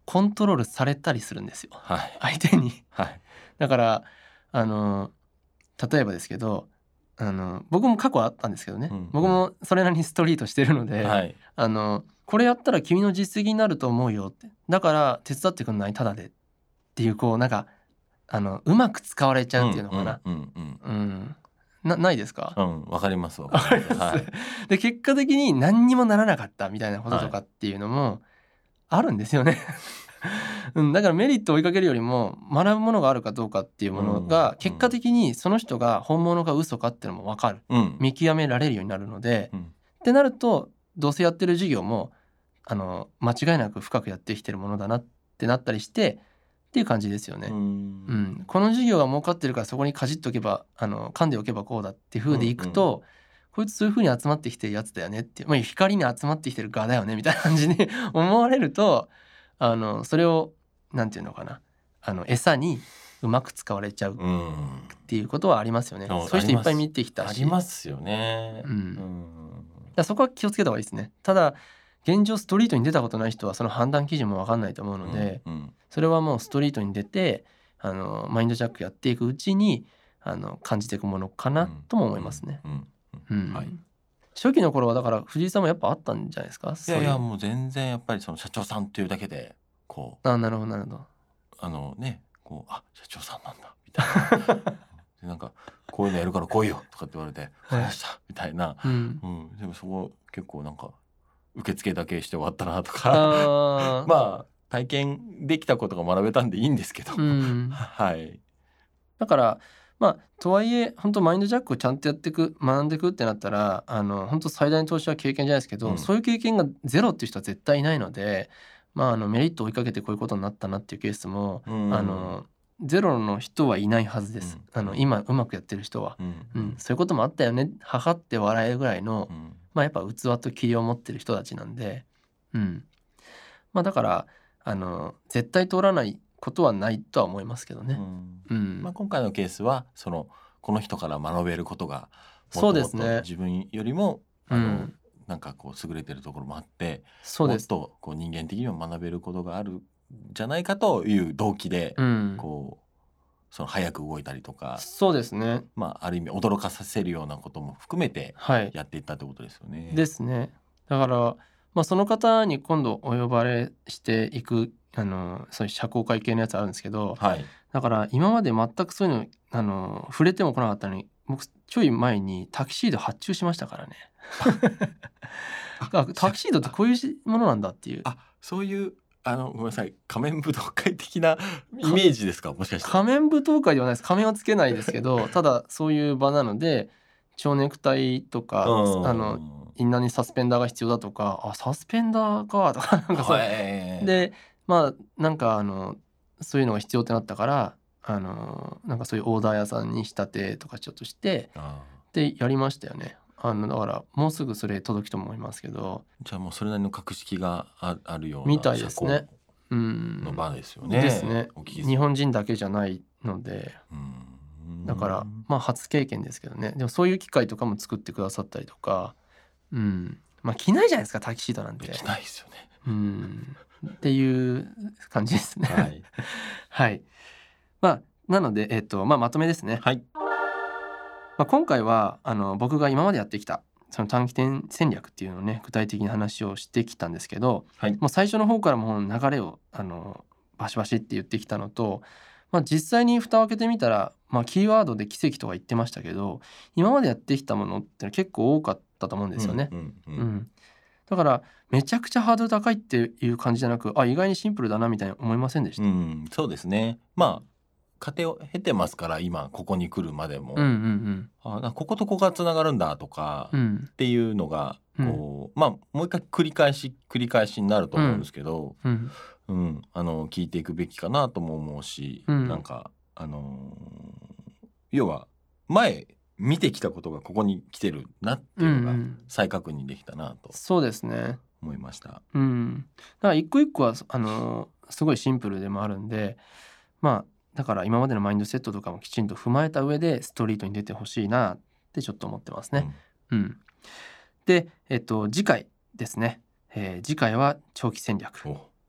コントロールされたりするんですよ、 はい相手に。 はいだからあの例えばですけど、あの僕も過去あったんですけどね、 うんうん僕もそれなりにストリートしてるので、 はいあのこれやったら君の実績になると思うよって、だから手伝ってくんないただでっていう、こうなんかあのうまく使われちゃうっていうのかな、 うんうんうんうんなないですか？ うんわかりますわわかります、 はいで結果的に何にもならなかったみたいなこととかっていうのもあるんですよね、うん、だからメリットを追いかけるよりも学ぶものがあるかどうかっていうものうんが結果的にその人が本物か嘘かっていうのも分かる、 うん見極められるようになるので、 うんってなるとどうせやってる授業もあの間違いなく深くやってきてるものだなってなったりしてっていう感じですよね。 ううんん、この授業が儲かってるからそこにかじっとけばあの噛んでおけばこうだっていう風でいくと、こいつそういう風に集まってきてるやつだよねっていう、まあ、光に集まってきてる側だよねみたいな感じに思われると、あのそれをなんていうのかな、あの餌にうまく使われちゃうっうんていうことはありますよね。 そうそういう人いっぱい見てきたあし、 りますよね。 うんうんだからそこは気をつけた方がいいですね。ただ現状ストリートに出たことない人はその判断基準も分かんないと思うので、 うんうんそれはもうストリートに出てあのマインドジャックやっていくうちにあの感じていくものかなとも思いますね。 うんうんはい初期の頃はだから藤井さんもやっぱあったんじゃないですか？ いやいやそううもう全然やっぱりその社長さんっていうだけでこうあ、なるほどなるほど。 あのねこうあ社長さんなんだみたいなでなんかこういうのやるから来いよとかって言われて分かりましたみたいな、 うんうん、でもそこ結構なんか受付だけして終わったなとかあーまあ体験できたことが学べたんでいいんですけど、 うんはいだからまあとはいえ本当マインドジャックをちゃんとやっていく学んでいくってなったらあの本当最大の投資は経験じゃないですけど、 うんそういう経験がゼロっていう人は絶対いないので、まあ、あのメリットを追いかけてこういうことになったなっていうケースも、 うんあのゼロの人はいないはずです、 うんあの今うまくやってる人は、 うんうん、そういうこともあったよねははって笑えるぐらいの、 うんまあ、やっぱ器と器を持ってる人たちなんで、うんまあ、だからあの絶対通らないことはないとは思いますけどね。 うんうんまあ、今回のケースはそのこの人から学べることがもそうっともっですねと自分よりもあの、 うんなんかこう優れてるところもあってそうです。 もっとこう人間的にも学べることがあるんじゃないかという動機で、 うん、 こうその早く動いたりとか、 そうですね。 まあ、ある意味驚かさせるようなことも含めてはい。 やっていったってことですよね。 ですね。だから、まあ、その方に今度お呼ばれしていくあのそういう社交会系のやつあるんですけど、 はいだから今まで全くそういうのあの触れても来なかったのに僕ちょい前にタキシード発注しましたからね。あタキシードってこういうものなんだっていう。 あそういうあのごめんなさい仮面舞踏会的なイメージですかもしかして。 仮面舞踏会ではないです。仮面はつけないですけどただそういう場なので蝶ネクタイとかうんあのインナーにサスペンダーが必要だとか、あサスペンダーかとかなんかそう、 はいでまあなんかあのそういうのが必要ってなったからあのなんかそういうオーダー屋さんに仕立てとかちょっとしてあでやりましたよね。あのだからもうすぐそれ届くと思いますけど、 じゃあもうそれなりの格式がああるようなみたいですね社う交のん場ですよね。 ですね。 お聞きする日本人だけじゃないのでうんだからまあ初経験ですけどね。でもそういう機会とかも作ってくださったりとか、うんまあ着ないじゃないですかタキシードなんてできないですよね。 うんっていう感じですね。 は、いはい。まあなので、えっとまあ、まとめですね。 はいまあ、今回はあの僕が今までやってきたその短期点戦略っていうのをね具体的に話をしてきたんですけど、 はいもう最初の方からもう流れをあのバシバシって言ってきたのと、まあ、実際に蓋を開けてみたら、まあ、キーワードで奇跡とか言ってましたけど今までやってきたものって結構多かったと思うんですよね。 うんうんううんんだからめちゃくちゃハードル高いっていう感じじゃなく、あ意外にシンプルだなみたいに思いませんでした？ うんそうですね。まあ過程を経てますから今ここに来るまでも、 うんうんあなんかこことここがつながるんだとか、っうんうんていうのがうんこう、まあもう一回繰り返し繰り返しになると思うんですけど、 うんうんあの聞いていくべきかなとも思うし、 うんなんかあのー要は前見てきたことがここに来てるなっていうのがうんうん再確認できたなとそうですね。 思いました。 うん、だから一個一個はあのすごいシンプルでもあるんで、まあだから今までのマインドセットとかもきちんと踏まえた上でストリートに出てほしいなってちょっと思ってますね。うんで、えっと、次回ですね、えー次回は長期戦略。 うんお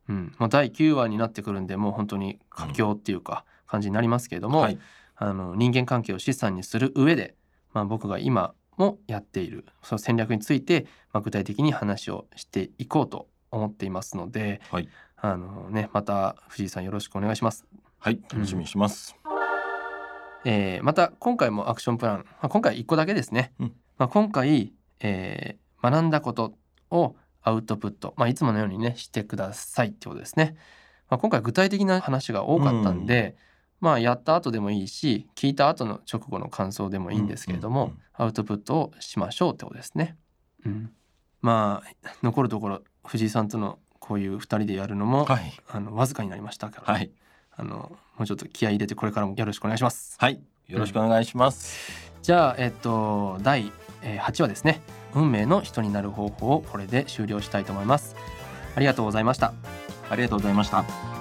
うん、もうだいきゅうわになってくるんで、もう本当に佳境っていうか感じになりますけれども、 はい、 あの人間関係を資産にする上で、まあ、僕が今もやっているその戦略について、まあ、具体的に話をしていこうと思っていますので、 はい、 あのね、また藤井さんよろしくお願いします。 はい、楽しみにします。 えーまた今回もアクションプラン、まあ、今回いっこだけですね。 うんまあ、今回、えー学んだことをアウトプット、まあ、いつものようにねしてくださいってことですね。まあ、今回具体的な話が多かったんで、まあ、やった後でもいいし聞いた後の直後の感想でもいいんですけれども、 うんうんうんアウトプットをしましょうってことですね。うん、まあ残るところ藤井さんとのこういうふたりでやるのも、 はい、 あのわずかになりましたから、 はい、 あのもうちょっと気合い入れてこれからもよろしくお願いします。 はい、よろしくお願いします。 じゃあ、えっと、だいはちわですね、運命の人になる方法をこれで終了したいと思います。ありがとうございました。 ありがとうございました。